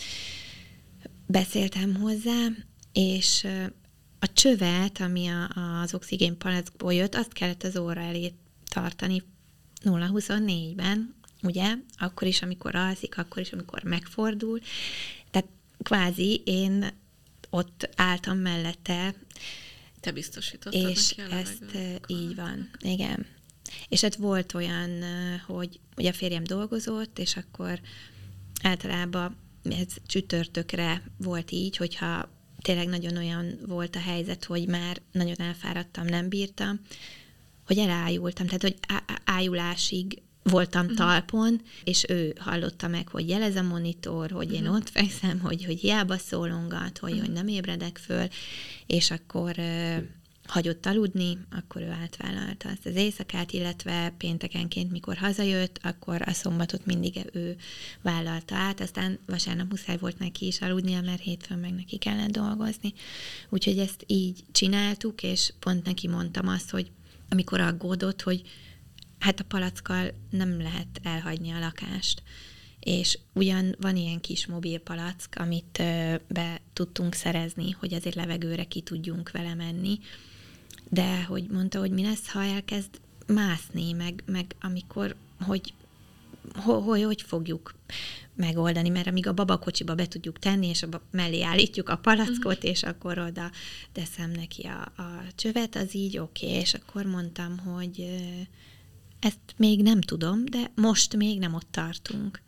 beszéltem hozzá, és ö, a csövet, ami a, az oxigén palackból jött, azt kellett az óra elé tartani nulla huszonnégyben, ugye? Akkor is, amikor alszik, akkor is, amikor megfordul. Tehát kvázi én ott álltam mellette. Te biztosítottad és neki a ezt levegőt. így van, igen. És hát volt olyan, hogy ugye a férjem dolgozott, és akkor általában ez csütörtökre volt így, hogyha tényleg nagyon olyan volt a helyzet, hogy már nagyon elfáradtam, nem bírtam, hogy elájultam, tehát hogy ájulásig voltam uh-huh. talpon, és ő hallotta meg, hogy jelez a monitor, hogy én uh-huh. ott fekszem, hogy, hogy hiába szólongat, hogy, uh-huh. hogy nem ébredek föl, és akkor uh, hagyott aludni, akkor ő átvállalta azt az éjszakát, illetve péntekenként, mikor hazajött, akkor a szombatot mindig ő vállalta át, aztán vasárnap muszáj volt neki is aludnia, mert hétfőn meg neki kellett dolgozni. Úgyhogy ezt így csináltuk, és pont neki mondtam azt, hogy amikor aggódott, hogy hát a palackkal nem lehet elhagyni a lakást. És ugyan van ilyen kis mobil palack, amit ö, be tudtunk szerezni, hogy azért levegőre ki tudjunk vele menni, de hogy mondta, hogy mi lesz, ha elkezd mászni, meg, meg amikor, hogy hogy, hogy hogy fogjuk megoldani, mert amíg a babakocsiba be tudjuk tenni, és a mellé állítjuk a palackot, uh-huh. és akkor oda teszem neki a, a csövet, az így oké, okay. És akkor mondtam, hogy ezt még nem tudom, de most még nem ott tartunk.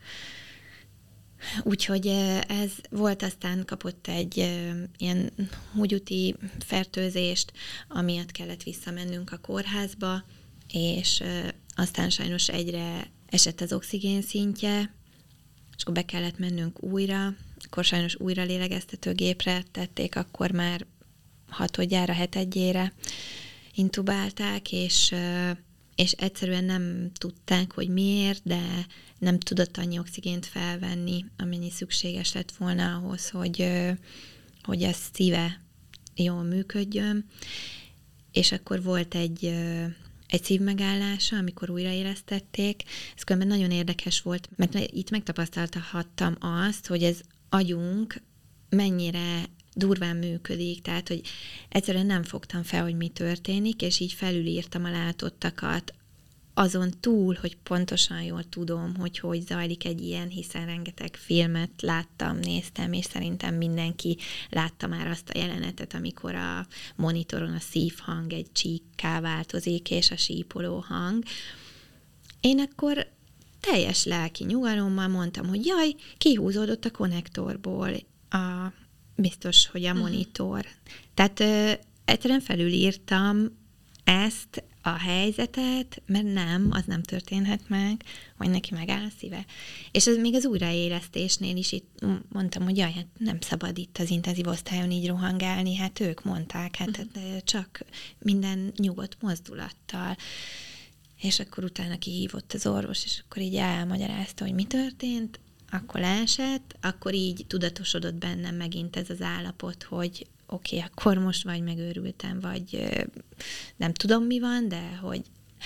Úgyhogy ez volt, aztán kapott egy ilyen húgyúti fertőzést, amiatt kellett visszamennünk a kórházba, és aztán sajnos egyre esett az oxigén szintje, és akkor be kellett mennünk újra, akkor sajnos újra lélegeztetőgépre tették, akkor már hatodjára, hetedjére intubálták, és, és egyszerűen nem tudták, hogy miért, de nem tudott annyi oxigént felvenni, amennyi szükséges lett volna ahhoz, hogy, hogy a szíve jól működjön. És akkor volt egy, egy szívmegállása, amikor újraélesztették. Ez különben nagyon érdekes volt, mert itt megtapasztalhattam azt, hogy ez agyunk mennyire durván működik, tehát, hogy egyszerűen nem fogtam fel, hogy mi történik, és így felülírtam a látottakat, azon túl, hogy pontosan jól tudom, hogy hogy zajlik egy ilyen, hiszen rengeteg filmet láttam, néztem, és szerintem mindenki látta már azt a jelenetet, amikor a monitoron a szívhang egy csíkká változik, és a sípoló hang. Én akkor teljes lelki nyugalommal mondtam, hogy jaj, kihúzódott a konnektorból a, biztos, hogy a monitor. Uh-huh. Tehát ö, egyszerűen felülírtam ezt a helyzetet, mert nem, az nem történhet meg, hogy neki megáll a szíve. És ez még az újraélesztésnél is itt mondtam, hogy jaj, hát nem szabad itt az intenzív osztályon így rohangálni, hát ők mondták, hát uh-huh. csak minden nyugodt mozdulattal. És akkor utána kihívott az orvos, és akkor így elmagyarázta, hogy mi történt, akkor leesett, akkor így tudatosodott bennem megint ez az állapot, hogy oké, okay, akkor most vagy megőrültem, vagy nem tudom, mi van, de hogy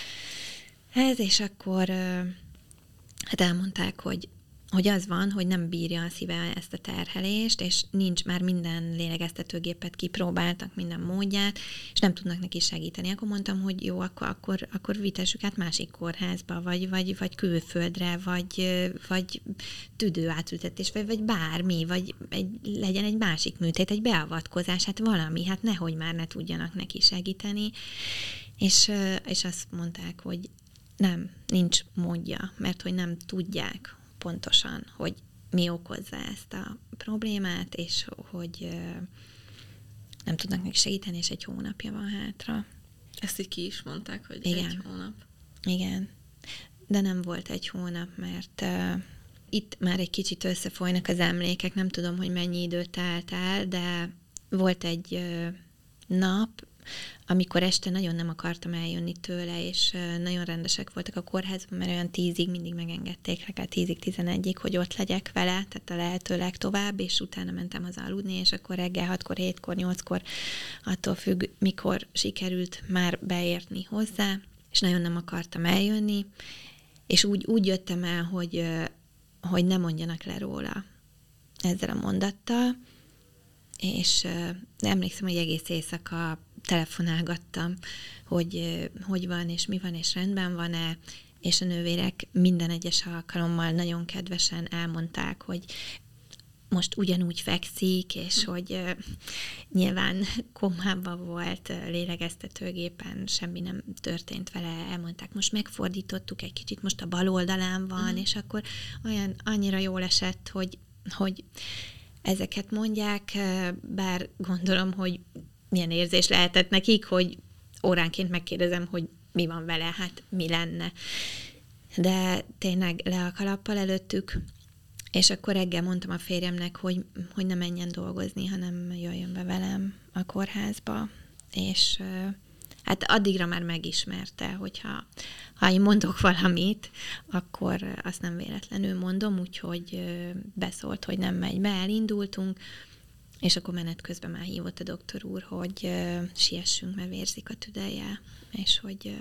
ez, és akkor hát elmondták, hogy, hogy az van, hogy nem bírja a szíve ezt a terhelést, és nincs, már minden lélegeztetőgépet kipróbáltak, minden módját, és nem tudnak neki segíteni. Akkor mondtam, hogy jó, akkor, akkor, akkor vitessük át másik kórházba, vagy, vagy, vagy külföldre, vagy, vagy tüdőátültetés, vagy, vagy bármi, vagy egy, legyen egy másik műtét, egy beavatkozás, hát valami, hát nehogy már ne tudjanak neki segíteni. És, és azt mondták, hogy nem, nincs módja, mert hogy nem tudják pontosan, hogy mi okozza ezt a problémát, és hogy nem tudnak meg segíteni, és egy hónapja van hátra. Ezt így ki is mondták, hogy Igen. egy hónap. Igen, de nem volt egy hónap, mert uh, itt már egy kicsit összefolynak az emlékek, nem tudom, hogy mennyi időt telt el, de volt egy uh, nap, amikor este nagyon nem akartam eljönni tőle, és uh, nagyon rendesek voltak a kórházban, mert olyan tízig mindig megengedték, legalább tízig, tizenegyig, hogy ott legyek vele, tehát a lehető legtovább, és utána mentem haza aludni, és akkor reggel hatkor, hétkor, nyolckor, attól függ, mikor sikerült már beérni hozzá, és nagyon nem akartam eljönni, és úgy, úgy jöttem el, hogy, hogy ne mondjanak le róla ezzel a mondattal, és emlékszem, hogy egész éjszaka telefonálgattam, hogy hogy van, és mi van, és rendben van-e, és a nővérek minden egyes alkalommal nagyon kedvesen elmondták, hogy most ugyanúgy fekszik, és hogy uh, nyilván komában volt, uh, lélegeztetőgépen, semmi nem történt vele, elmondták, most megfordítottuk egy kicsit, most a bal oldalán van, mm. és akkor olyan annyira jól esett, hogy, hogy ezeket mondják, uh, bár gondolom, hogy milyen érzés lehetett nekik, hogy óránként megkérdezem, hogy mi van vele, hát mi lenne. De tényleg le a kalappal előttük, és akkor reggel mondtam a férjemnek, hogy, hogy ne menjen dolgozni, hanem jöjjön be velem a kórházba, és hát addigra már megismerte, hogyha ha én mondok valamit, akkor azt nem véletlenül mondom, úgyhogy beszólt, hogy nem megy be, elindultunk, és akkor menet közben már hívott a doktor úr, hogy siessünk, mert vérzik a tüdeje, és hogy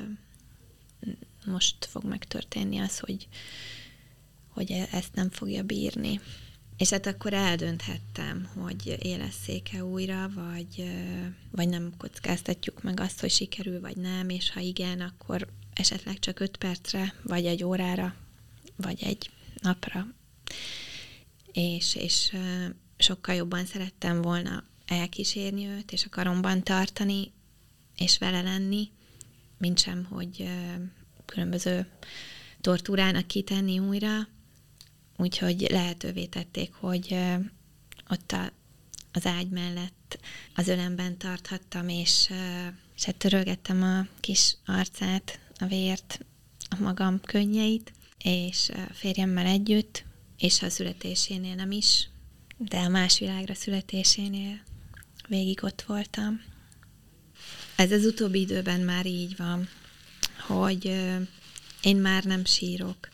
most fog megtörténni az, hogy hogy ezt nem fogja bírni. És hát akkor eldönthettem, hogy élesszék-e újra, vagy, vagy nem kockáztatjuk meg azt, hogy sikerül, vagy nem, és ha igen, akkor esetleg csak öt percre, vagy egy órára, vagy egy napra. És, és sokkal jobban szerettem volna elkísérni őt, és a karomban tartani, és vele lenni, mint sem, hogy különböző tortúrának kitenni újra. Úgyhogy lehetővé tették, hogy ott a, az ágy mellett az ölemben tarthattam, és, és hát törölgettem a kis arcát, a vért, a magam könnyeit, és a férjemmel együtt, és a születésénél nem is, de a más világra születésénél végig ott voltam. Ez az utóbbi időben már így van, hogy én már nem sírok,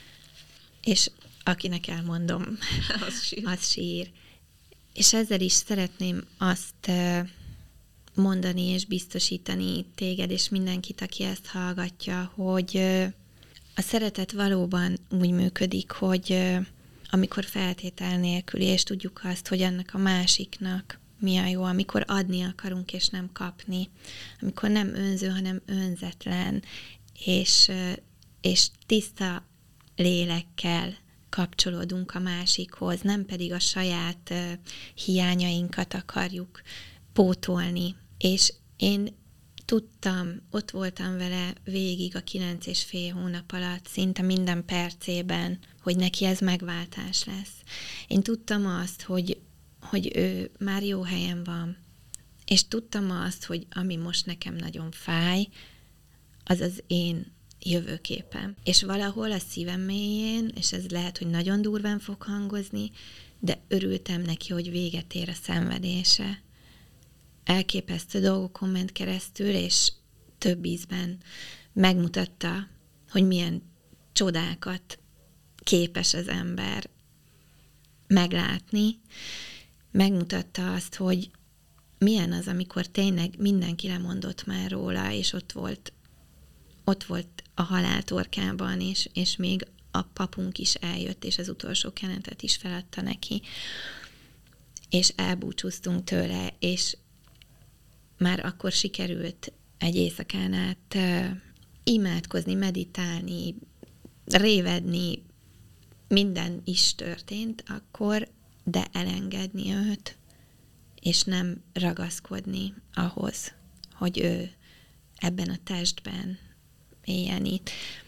és akinek elmondom, az sír. az sír. És ezzel is szeretném azt mondani és biztosítani téged és mindenkit, aki ezt hallgatja, hogy a szeretet valóban úgy működik, hogy amikor feltétel nélküli, és tudjuk azt, hogy annak a másiknak mi a jó, amikor adni akarunk és nem kapni, amikor nem önző, hanem önzetlen, és, és tiszta lélekkel kapcsolódunk a másikhoz, nem pedig a saját uh, hiányainkat akarjuk pótolni. És én tudtam, ott voltam vele végig a kilenc és fél hónap alatt, szinte minden percében, hogy neki ez megváltás lesz. Én tudtam azt, hogy, hogy ő már jó helyen van, és tudtam azt, hogy ami most nekem nagyon fáj, az az én jövőképpen. És valahol a szívem mélyén, és ez lehet, hogy nagyon durván fog hangozni, de örültem neki, hogy véget ér a szenvedése. Elképesztő dolgokon ment keresztül, és több ízben megmutatta, hogy milyen csodákat képes az ember meglátni. Megmutatta azt, hogy milyen az, amikor tényleg mindenki lemondott már róla, és ott volt ott volt a halál torkában, és, és még a papunk is eljött, és az utolsó kenetet is feladta neki. És elbúcsúztunk tőle, és már akkor sikerült egy éjszakán át uh, imádkozni, meditálni, révedni, minden is történt akkor, de elengedni őt, és nem ragaszkodni ahhoz, hogy ő ebben a testben éljen itt.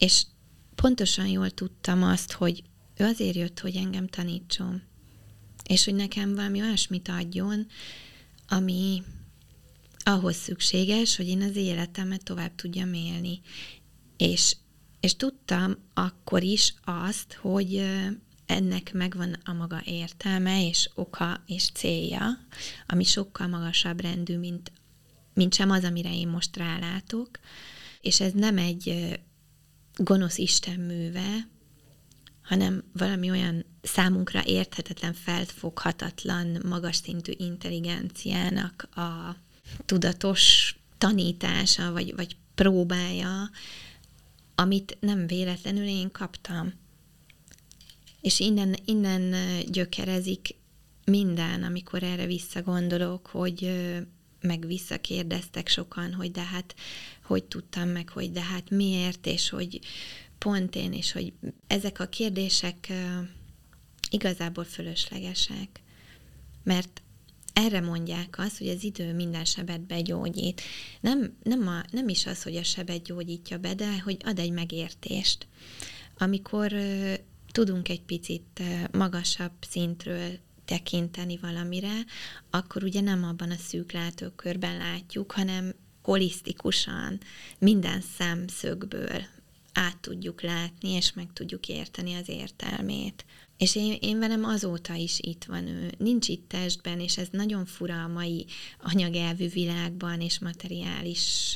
És pontosan jól tudtam azt, hogy ő azért jött, hogy engem tanítson, és hogy nekem valami olyasmit adjon, ami ahhoz szükséges, hogy én az életemet tovább tudjam élni. És, és tudtam akkor is azt, hogy ennek megvan a maga értelme, és oka, és célja, ami sokkal magasabb rendű, mint, mint sem az, amire én most rálátok. És ez nem egy gonosz Isten műve, hanem valami olyan számunkra érthetetlen, felfoghatatlan, magas szintű intelligenciának a tudatos tanítása, vagy, vagy próbája, amit nem véletlenül én kaptam. És innen, innen gyökerezik minden, amikor erre visszagondolok, hogy meg visszakérdeztek sokan, hogy de hát hogy tudtam meg, hogy de hát miért, és hogy pont én, és hogy ezek a kérdések igazából fölöslegesek. Mert erre mondják azt, hogy az idő minden sebet begyógyít. Nem, nem, a, nem is az, hogy a sebet gyógyítja be, de hogy ad egy megértést. Amikor uh, tudunk egy picit uh, magasabb szintről tekinteni valamire, akkor ugye nem abban a szűk látókörben látjuk, hanem holisztikusan, minden szemszögből át tudjuk látni, és meg tudjuk érteni az értelmét. És én, én velem azóta is itt van ő. Nincs itt testben, és ez nagyon fura a mai anyagelvű világban, és materiális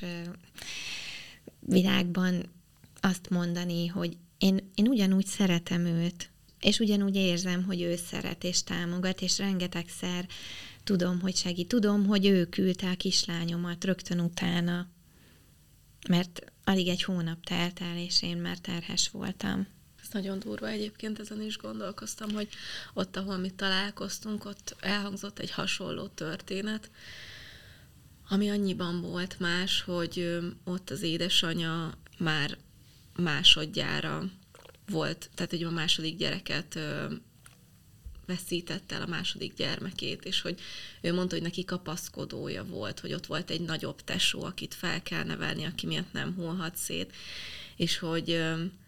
világban azt mondani, hogy én, én ugyanúgy szeretem őt, és ugyanúgy érzem, hogy ő szeret és támogat, és rengetegszer tudom, hogy segít. Tudom, hogy ő küldte a kislányomat rögtön utána, mert alig egy hónap telt el, és én már terhes voltam. Ez nagyon durva egyébként, ezen is gondolkoztam, hogy ott, ahol mi találkoztunk, ott elhangzott egy hasonló történet, ami annyiban volt más, hogy ott az édesanyja már másodjára volt, tehát hogy a második gyereket veszítette el, a második gyermekét, és hogy ő mondta, hogy neki kapaszkodója volt, hogy ott volt egy nagyobb tesó, akit fel kell nevelni, aki miatt nem hullhat szét, és hogy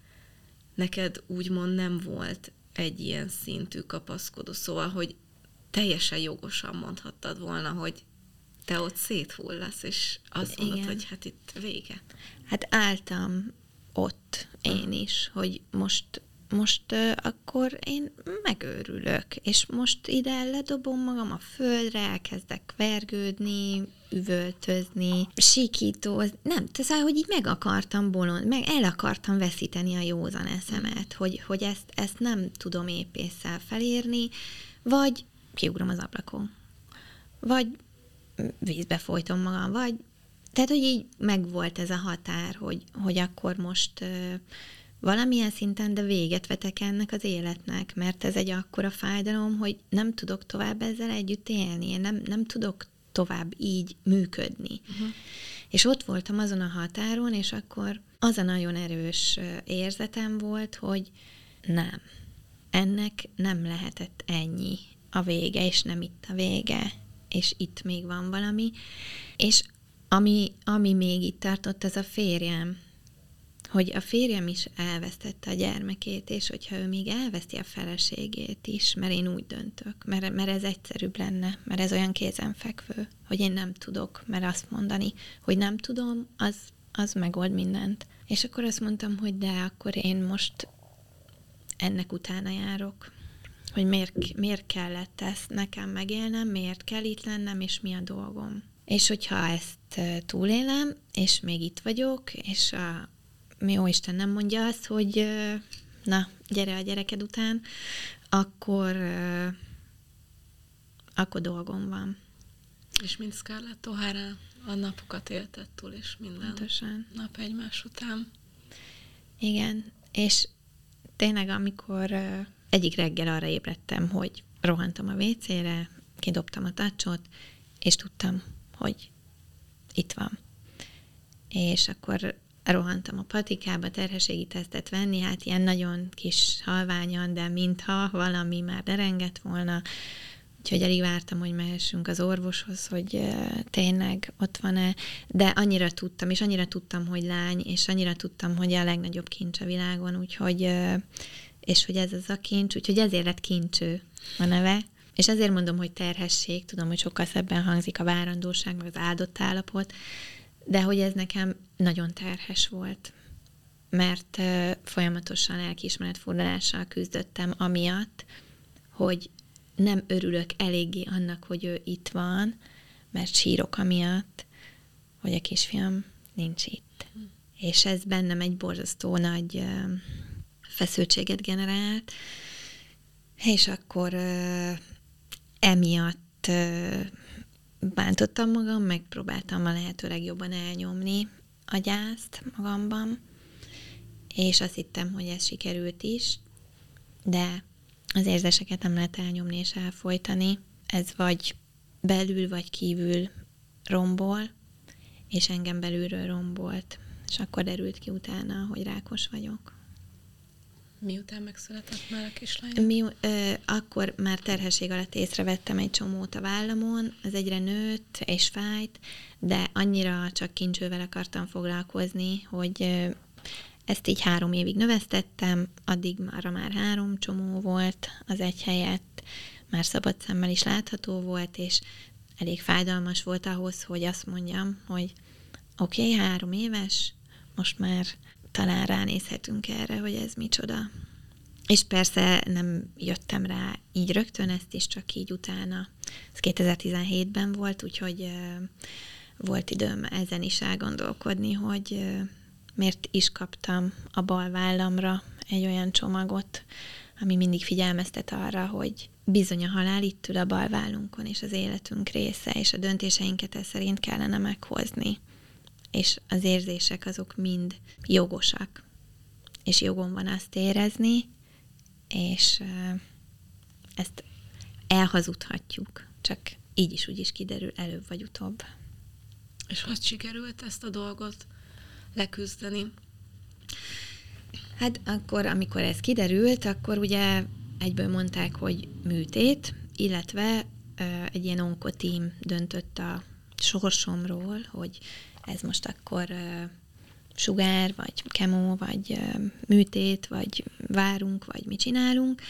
neked úgymond nem volt egy ilyen szintű kapaszkodó, szóval, hogy teljesen jogosan mondhattad volna, hogy te ott széthullasz, és azt mondod, hogy hát itt vége. Hát álltam ott én is, hogy most most uh, akkor én megőrülök, és most ide ledobom magam a földre, elkezdek vergődni, üvöltözni, sikítózni, nem, tehát hogy így meg akartam bolond, meg el akartam veszíteni a józan eszemet, hogy, hogy ezt, ezt nem tudom épésszel felérni, vagy kiugrom az ablakon, vagy vízbe folytom magam, vagy, tehát hogy így megvolt ez a határ, hogy, hogy akkor most uh, valamilyen szinten, de véget vetek ennek az életnek, mert ez egy akkora fájdalom, hogy nem tudok tovább ezzel együtt élni, én nem, nem tudok tovább így működni. Uh-huh. És ott voltam azon a határon, és akkor az a nagyon erős érzetem volt, hogy nem, ennek nem lehetett ennyi a vége, és nem itt a vége, és itt még van valami. És ami, ami még itt tartott, az a férjem, hogy a férjem is elvesztette a gyermekét, és hogyha ő még elveszti a feleségét is, mert én úgy döntök, mert, mert ez egyszerűbb lenne, mert ez olyan kézenfekvő, hogy én nem tudok, mert azt mondani, hogy nem tudom, az, az megold mindent. És akkor azt mondtam, hogy de akkor én most ennek utána járok, hogy miért, miért kellett ezt nekem megélnem, miért kell itt lennem, és mi a dolgom. És hogyha ezt túlélem, és még itt vagyok, és a mi jóisten nem mondja azt, hogy na, gyere a gyereked után, akkor, akkor dolgom van. És mint Scarlett O'Hara a napokat élted túl, és minden Pontosan. Nap egymás után. Igen, és tényleg amikor egyik reggel arra ébredtem, hogy rohantam a vécére, kidobtam a tacsot, és tudtam, hogy itt van. És akkor rohantam a patikába terhességi tesztet venni, hát ilyen nagyon kis halványan, de mintha valami már derengett volna, Úgyhogy elég vártam, hogy mehessünk az orvoshoz, hogy tényleg ott van-e, de annyira tudtam, és annyira tudtam, hogy lány, és annyira tudtam, hogy a legnagyobb kincs a világon, úgyhogy, és hogy ez az a kincs, úgyhogy ezért lett Kincső a neve. És azért mondom, hogy terhesség, tudom, hogy sokkal szebben hangzik a várandóság, meg az áldott állapot, de hogy ez nekem nagyon terhes volt, mert folyamatosan lelkiismeretfordulással küzdöttem amiatt, hogy nem örülök eléggé annak, hogy ő itt van, mert sírok amiatt, hogy a kisfiam nincs itt. Mm. És ez bennem egy borzasztó nagy uh, feszültséget generált, és akkor uh, emiatt uh, bántottam magam, megpróbáltam a lehető legjobban elnyomni a gyászt magamban, és azt hittem, hogy ez sikerült is, de az érzéseket nem lehet elnyomni és elfojtani. Ez vagy belül, vagy kívül rombol, és engem belülről rombolt. És akkor derült ki utána, hogy rákos vagyok. Miután megszületett már a kislány? Mi, ö, akkor már terhesség alatt észrevettem egy csomót a vállamon, az egyre nőtt és fájt, de annyira csak Kincsővel akartam foglalkozni, hogy ö, ezt így három évig növesztettem, addig már már három csomó volt az egy helyett, már szabad szemmel is látható volt, és elég fájdalmas volt ahhoz, hogy azt mondjam, hogy oké, okay, három éves, most már talán ránézhetünk erre, hogy ez micsoda. És persze nem jöttem rá így rögtön, ezt is csak így utána. Ez kétezer-tizenhétben volt, úgyhogy uh, volt időm ezen is elgondolkodni, hogy uh, miért is kaptam a bal vállamra egy olyan csomagot, ami mindig figyelmeztet arra, hogy bizony a halál itt ül a bal vállunkon, és az életünk része, és a döntéseinket ez szerint kellene meghozni. És az érzések azok mind jogosak. És jogom van azt érezni, és ezt elhazudhatjuk, csak így is úgy is kiderül előbb vagy utóbb. És hogy sikerült ezt a dolgot leküzdeni? Hát akkor, amikor ez kiderült, akkor ugye egyből mondták, hogy műtét, illetve uh, egy ilyen onkotím döntött a sorsomról, hogy ez most akkor uh, sugár, vagy kemó, vagy uh, műtét, vagy várunk, vagy mit csinálunk.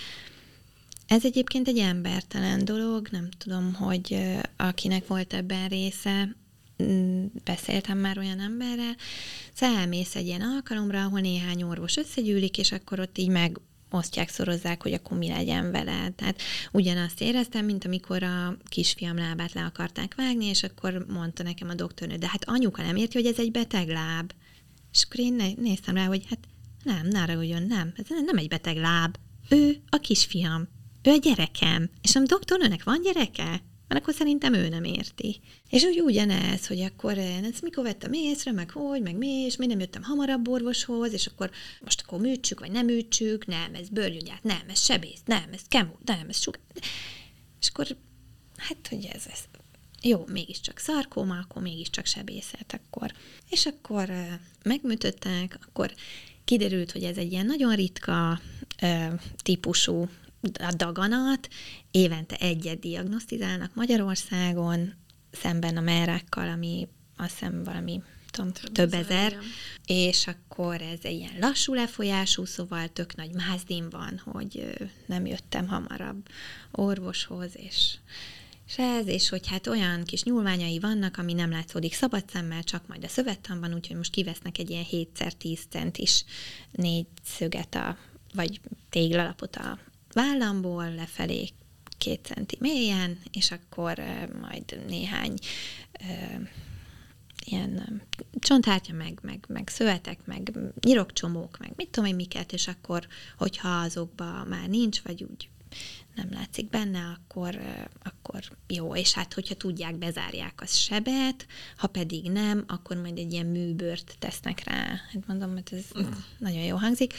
Ez egyébként egy embertelen dolog, nem tudom, hogy uh, akinek volt ebben része, beszéltem már olyan emberrel, szóval elmész egy ilyen alkalomra, ahol néhány orvos összegyűlik, és akkor ott így megosztják, szorozzák, hogy akkor mi legyen vele. Tehát ugyanazt éreztem, mint amikor a kisfiam lábát le akarták vágni, és akkor mondta nekem a doktornő, de hát anyuka nem érti, hogy ez egy beteg láb. És akkor én néztem rá, hogy hát nem, ne ragudjon, nem, ez nem egy beteg láb. Ő a kisfiam, ő a gyerekem, és a doktornőnek van gyereke? Mert akkor szerintem ő nem érti. És úgy ugyanez, hogy akkor ezt mikor vettem észre, meg hogy, meg mi, és miért nem jöttem hamarabb orvoshoz, és akkor most akkor műtsük, vagy nem műtsük, nem, ez bőrgyógyász, nem, ez sebész, nem, ez kemó, nem, ez sugár. És akkor, hát, hogy ez, ez jó, mégiscsak szarkóma, akkor mégiscsak sebészet, akkor. És akkor uh, megműtöttek, akkor kiderült, hogy ez egy ilyen nagyon ritka uh, típusú a daganat, évente egyet diagnosztizálnak Magyarországon, szemben a merrákkal, ami azt hiszem valami tudom, több, több ezer, ezer és akkor ez egy ilyen lassú lefolyású, szóval tök nagy mázdím van, hogy nem jöttem hamarabb orvoshoz, és, és ez, és hogy hát olyan kis nyúlványai vannak, ami nem látszódik szabad szemmel, csak majd a szövettanban, úgyhogy most kivesznek egy ilyen hét tíz centis négy szöget, a, vagy téglalapot a vállamból lefelé két centi mélyen, és akkor uh, majd néhány uh, ilyen um, csonthártya, meg, meg, meg szövetek, meg nyirokcsomók, meg mit tudom én miket, és akkor, hogyha azokban már nincs, vagy úgy nem látszik benne, akkor, uh, akkor jó, és hát hogyha tudják, bezárják a sebet, ha pedig nem, akkor majd egy ilyen műbőrt tesznek rá. Hát mondom, hogy ez mm. nagyon jó hangzik.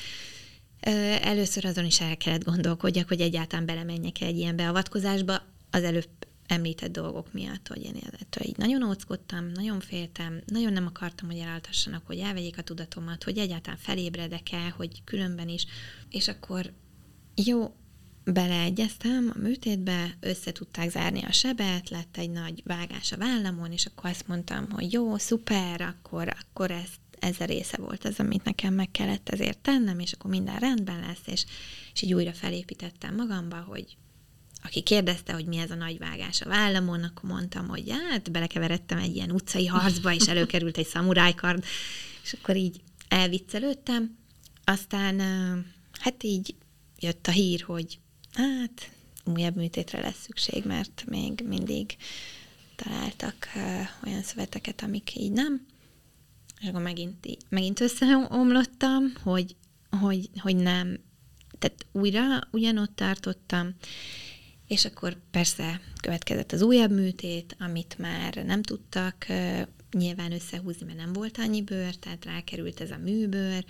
Először azon is el kellett gondolkodjak, hogy egyáltalán belemenjek egy ilyen beavatkozásba, az előbb említett dolgok miatt, hogy én ettől így nagyon óckodtam, nagyon féltem, nagyon nem akartam, hogy elaltassanak, hogy elvegyék a tudatomat, hogy egyáltalán felébredek el, hogy különben is, és akkor jó, beleegyeztem a műtétbe, össze tudták zárni a sebet, lett egy nagy vágás a vállamon, és akkor azt mondtam, hogy jó, szuper, akkor, akkor ez, ez a része volt az, amit nekem meg kellett ezért tennem, és akkor minden rendben lesz, és, és így újra felépítettem magamba, hogy aki kérdezte, hogy mi ez a nagy vágás a vállamon, akkor mondtam, hogy hát belekeveredtem egy ilyen utcai harcba, és előkerült egy szamurájkard, és akkor így elviccelődtem. Aztán hát így jött a hír, hogy hát újabb műtétre lesz szükség, mert még mindig találtak olyan szöveteket, amik így nem. És akkor megint, megint összeomlottam, hogy, hogy, hogy nem. Tehát újra ugyanott tartottam, és akkor persze következett az újabb műtét, amit már nem tudtak uh, nyilván összehúzni, mert nem volt annyi bőr, tehát rákerült ez a műbőr.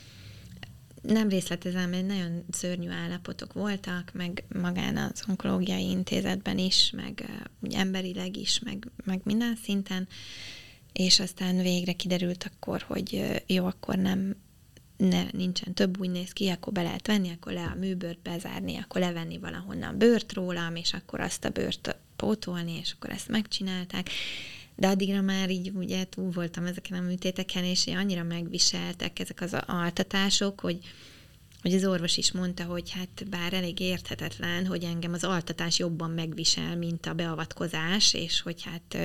Nem részletezem, mert nagyon szörnyű állapotok voltak, meg magán az onkológiai intézetben is, meg uh, emberileg is, meg, meg minden szinten, és aztán végre kiderült akkor, hogy uh, jó, akkor nem ne, nincsen több, úgy néz ki, akkor be lehet venni, akkor le a műbőrt bezárni, akkor levenni valahonnan bőrt rólam, és akkor azt a bőrt pótolni, és akkor ezt megcsinálták. De addigra már így ugye túl voltam ezeken a műtéteken, és annyira megviseltek ezek az altatások, hogy, hogy az orvos is mondta, hogy hát bár elég érthetetlen, hogy engem az altatás jobban megvisel, mint a beavatkozás, és hogy hát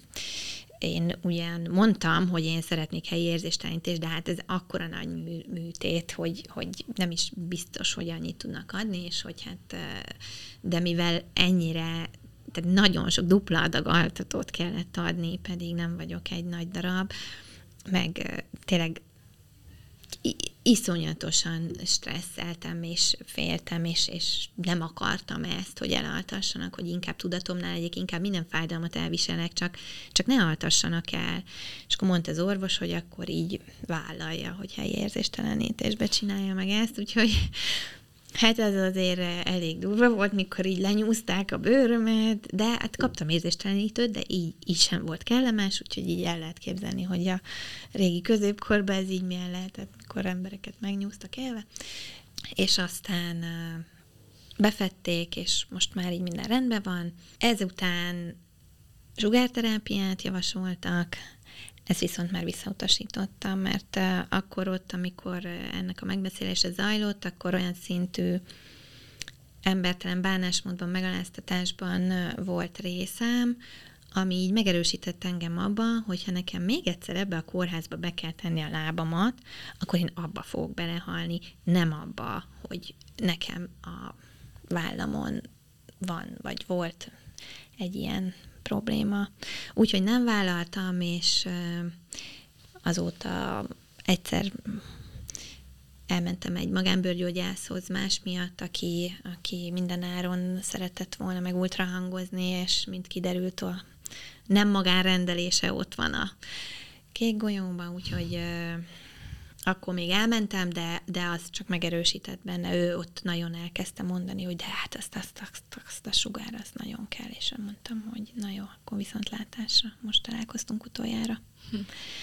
én ugyan mondtam, hogy én szeretnék helyi érzéstelenítést, de hát ez akkora nagy mű, műtét, hogy, hogy nem is biztos, hogy annyit tudnak adni, és hogy hát, de mivel ennyire, tehát nagyon sok dupla adag altatót kellett adni, pedig nem vagyok egy nagy darab, meg tényleg iszonyatosan stresszeltem, és féltem, és, és nem akartam ezt, hogy elaltassanak, hogy inkább tudatomnál legyek, inkább minden fájdalmat elviselek, csak, csak ne altassanak el. És akkor mondta az orvos, hogy akkor így vállalja, hogy helyi érzéstelenítésbe csinálja meg ezt, úgyhogy hát ez azért elég durva volt, mikor így lenyúzták a bőrömet, de hát kaptam érzéstelenítőt, de így, így sem volt kellemes, úgyhogy így el lehet képzelni, hogy a régi középkorban ez így milyen lehetett, mikor embereket megnyúztak elve. És aztán befették, és most már így minden rendben van. Ezután sugárterápiát javasoltak, ezt viszont már visszautasítottam, mert akkor ott, amikor ennek a megbeszélése zajlott, akkor olyan szintű embertelen bánásmódban, megaláztatásban volt részem, ami így megerősített engem abban, hogyha nekem még egyszer ebbe a kórházba be kell tenni a lábamat, akkor én abba fogok belehalni, nem abba, hogy nekem a vállamon van, vagy volt egy ilyen probléma. Úgyhogy nem vállaltam, és azóta egyszer elmentem egy magánbőrgyógyászhoz más miatt, aki, aki minden áron szeretett volna meg ultrahangozni, és mint kiderült, a nem magánrendelése ott van a Kék Golyóban, úgyhogy akkor még elmentem, de, de az csak megerősített benne. Ő ott nagyon elkezdte mondani, hogy de hát azt, azt, azt, azt a sugár, azt nagyon kell, és mondtam, hogy na jó, akkor viszontlátásra. Most találkoztunk utoljára. Hm.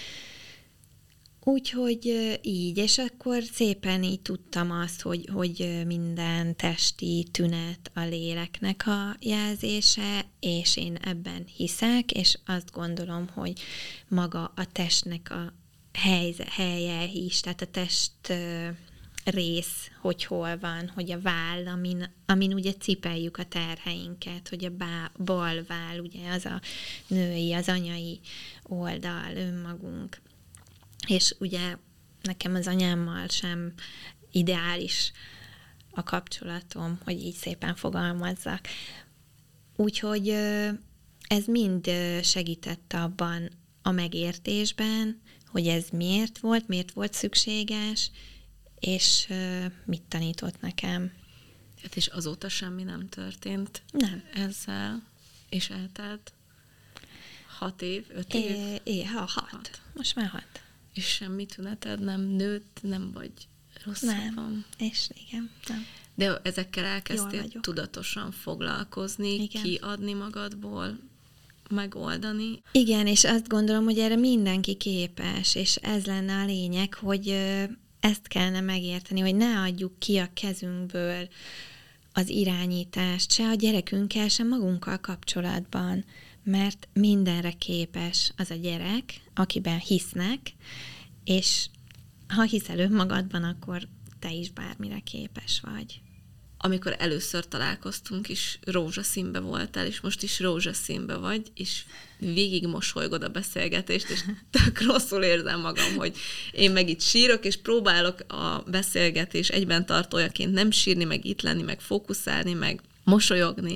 Úgyhogy így, és akkor szépen így tudtam azt, hogy, hogy minden testi tünet a léleknek a jelzése, és én ebben hiszek, és azt gondolom, hogy maga a testnek a helyze, helye is, tehát a test rész, hogy hol van, hogy a váll, amin, amin ugye cipeljük a terheinket, hogy a bá, bal váll, ugye az a női, az anyai oldal, önmagunk. És ugye nekem az anyámmal sem ideális a kapcsolatom, hogy így szépen fogalmazzak. Úgyhogy ez mind segített abban a megértésben, hogy ez miért volt, miért volt szükséges, és mit tanított nekem. Hát és azóta semmi nem történt nem. ezzel, és eltelt hat év, öt év? É, é, ha, hat. hat. Most már hat. És semmi tüneted nem nőtt, nem vagy rosszabban? Nem, és igen, nem. De ezekkel elkezdtél tudatosan foglalkozni, igen. Kiadni magadból, megoldani. Igen, és azt gondolom, hogy erre mindenki képes, és ez lenne a lényeg, hogy ezt kellene megérteni, hogy ne adjuk ki a kezünkből az irányítást, se a gyerekünkkel, se magunkkal kapcsolatban, mert mindenre képes az a gyerek, akiben hisznek, és ha hiszel önmagadban, akkor te is bármire képes vagy. Amikor először találkoztunk is, rózsaszínbe voltál, és most is rózsaszínbe vagy, és végig mosolygod a beszélgetést, és tök rosszul érzem magam, hogy én meg itt sírok, és próbálok a beszélgetés egyben tartójaként nem sírni, meg itt lenni, meg fókuszálni, meg mosolyogni.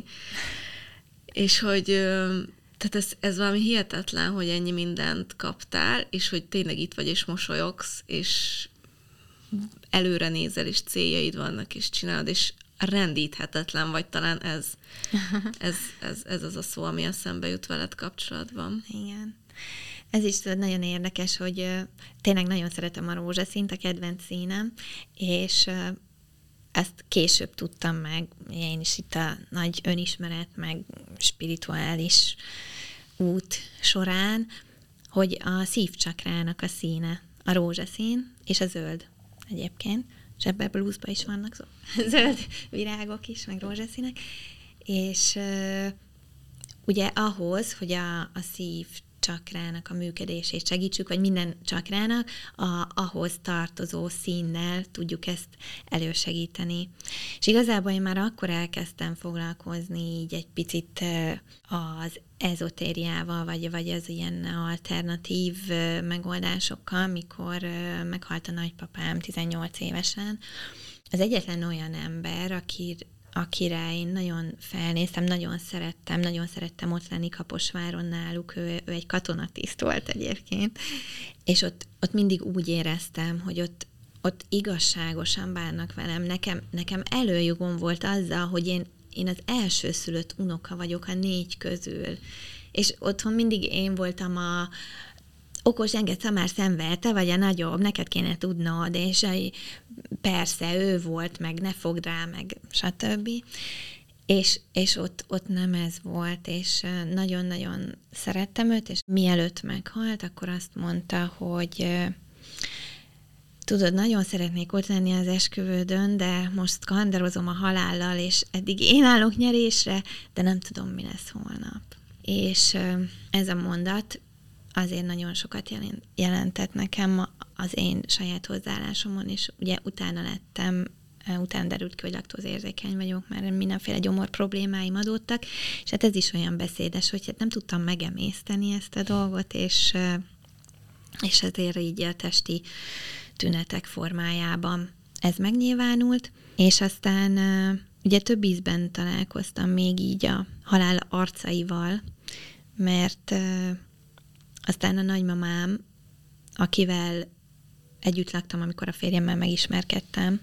És hogy tehát ez, ez valami hihetetlen, hogy ennyi mindent kaptál, és hogy tényleg itt vagy, és mosolyogsz, és előre nézel, és céljaid vannak, és csinálod, és rendíthetetlen vagy, talán ez, ez, ez, ez az a szó, ami eszembe jut veled kapcsolatban. Igen. Ez is nagyon érdekes, hogy uh, tényleg nagyon szeretem a rózsaszínt, a kedvenc színem, és uh, ezt később tudtam meg, én is itt a nagy önismeret, meg spirituális út során, hogy a szívcsakrának a színe, a rózsaszín és a zöld egyébként, és ebben bluesban is vannak szó, zöld virágok is, meg rózsaszínek, és uh, ugye ahhoz, hogy a, a szív csakrának a működését segítsük, vagy minden csakrának a, ahhoz tartozó színnel tudjuk ezt elősegíteni. És igazából én már akkor elkezdtem foglalkozni így egy picit az ezotériával, vagy, vagy az ilyen alternatív megoldásokkal, mikor meghalt a nagypapám tizennyolc évesen. Az egyetlen olyan ember, aki akire én nagyon felnéztem, nagyon szerettem, nagyon szerettem ott lenni Kaposváron náluk, ő, ő egy katonatiszt volt egyébként, és ott, ott mindig úgy éreztem, hogy ott, ott igazságosan bánnak velem. Nekem, nekem előjogom volt azzal, hogy én, én az elsőszülött unoka vagyok a négy közül, és otthon mindig én voltam a okos, enged szamár szenved, te vagy a nagyobb, neked kéne tudnod, és persze ő volt, meg ne fogd rá, meg stb. És, és ott, ott nem ez volt, és nagyon-nagyon szerettem őt, és mielőtt meghalt, akkor azt mondta, hogy tudod, nagyon szeretnék ott lenni az esküvődön, de most skandalozom a halállal, és eddig én állok nyerésre, de nem tudom, mi lesz holnap. És ez a mondat azért nagyon sokat jelentett nekem az én saját hozzáállásomon, és ugye utána lettem, utána derült ki, hogy laktózérzékeny vagyok, mert mindenféle gyomor problémáim adódtak, és hát ez is olyan beszédes, hogy hát nem tudtam megemészteni ezt a dolgot, és, és ezért így a testi tünetek formájában ez megnyilvánult, és aztán ugye több ízben találkoztam még így a halál arcaival, mert aztán a nagymamám, akivel együtt laktam, amikor a férjemmel megismerkedtem,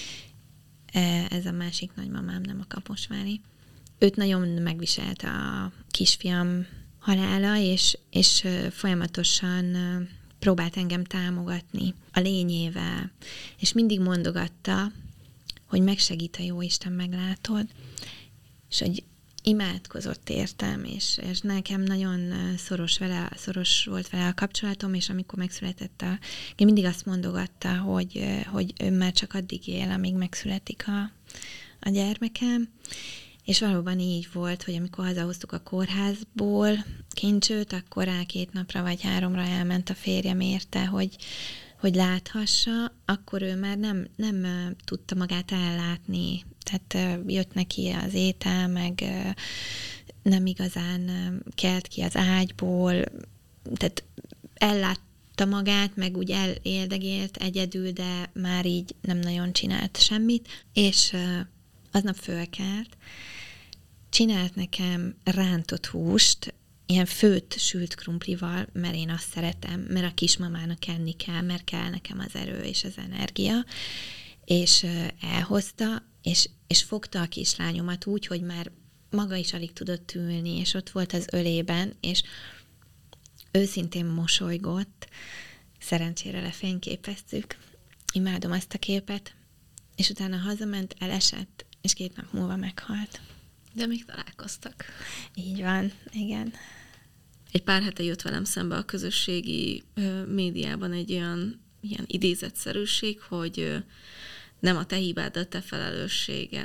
ez a másik nagymamám, nem a kaposvári, őt nagyon megviselte a kisfiam halála, és, és folyamatosan próbált engem támogatni a lényével, és mindig mondogatta, hogy megsegít a Jóisten, meglátod, és hogy imádkozott értem, és, és nekem nagyon szoros, vele, szoros volt vele a kapcsolatom, és amikor megszületett a... Én mindig azt mondogatta, hogy, hogy ő már csak addig él, amíg megszületik a, a gyermekem, és valóban így volt, hogy amikor hazahoztuk a kórházból kincsőt, akkor rá két napra vagy háromra elment a férjem érte, hogy, hogy láthassa, akkor ő már nem, nem tudta magát ellátni. Tehát jött neki az étel, meg nem igazán kelt ki az ágyból, tehát ellátta magát, meg úgy eléldegélt egyedül, de már így nem nagyon csinált semmit, és aznap fölkelt, csinált nekem rántott húst, ilyen főtt sült krumplival, mert én azt szeretem, mert a kismamának enni kell, mert kell nekem az erő és az energia, és elhozta, és, és fogta a kislányomat úgy, hogy már maga is alig tudott ülni, és ott volt az ölében, és őszintén mosolygott, szerencsére lefényképeztük, imádom azt a képet, és utána hazament, elesett, és két nap múlva meghalt. De még találkoztak. Így van, igen. Egy pár hete jött velem szembe a közösségi ö, médiában egy olyan ilyen idézetszerűség, hogy ö, nem a te hibád, a te felelősséged.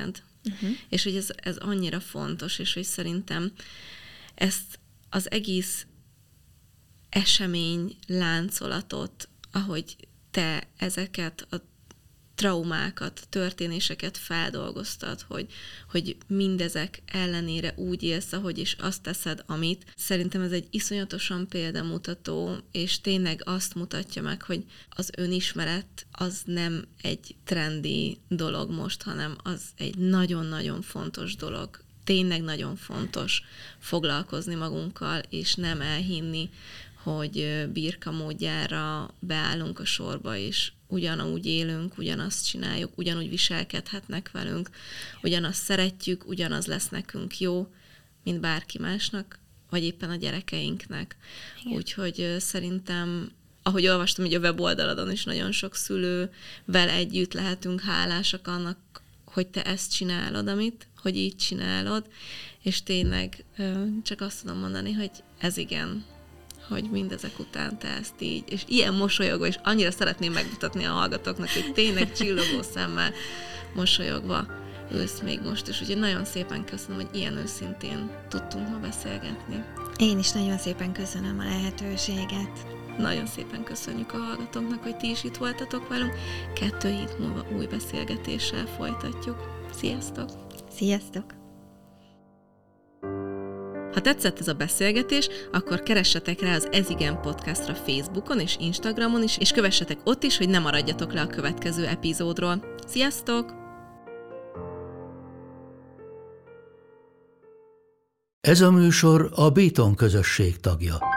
Uh-huh. És hogy ez, ez annyira fontos, és hogy szerintem ezt az egész esemény láncolatot, ahogy te ezeket a traumákat, történéseket feldolgoztad, hogy, hogy mindezek ellenére úgy élsz, ahogy is azt teszed, amit. Szerintem ez egy iszonyatosan példamutató, és tényleg azt mutatja meg, hogy az önismeret az nem egy trendi dolog most, hanem az egy nagyon-nagyon fontos dolog. Tényleg nagyon fontos foglalkozni magunkkal, és nem elhinni, hogy birka módjára beállunk a sorba, és ugyanúgy élünk, ugyanazt csináljuk, ugyanúgy viselkedhetnek velünk, ugyanazt szeretjük, ugyanaz lesz nekünk jó, mint bárki másnak, vagy éppen a gyerekeinknek. Igen. Úgyhogy szerintem, ahogy olvastam, hogy a weboldaladon is nagyon sok szülővel együtt lehetünk hálásak annak, hogy te ezt csinálod, amit, hogy így csinálod, és tényleg csak azt tudom mondani, hogy ez igen, hogy mindezek után te ezt így, és ilyen mosolyogva, és annyira szeretném megmutatni a hallgatóknak, hogy tényleg csillogó szemmel mosolyogva ülsz még most, és ugye nagyon szépen köszönöm, hogy ilyen őszintén tudtunk ma beszélgetni. Én is nagyon szépen köszönöm a lehetőséget. Nagyon szépen köszönjük a hallgatóknak, hogy ti is itt voltatok velünk. Kettő hét múlva új beszélgetéssel folytatjuk. Sziasztok! Sziasztok! Ha tetszett ez a beszélgetés, akkor keressetek rá az Ez igen podcastra Facebookon és Instagramon is, és kövessetek ott is, hogy ne maradjatok le a következő epizódról. Sziasztok! Ez a műsor a Béton közösség tagja.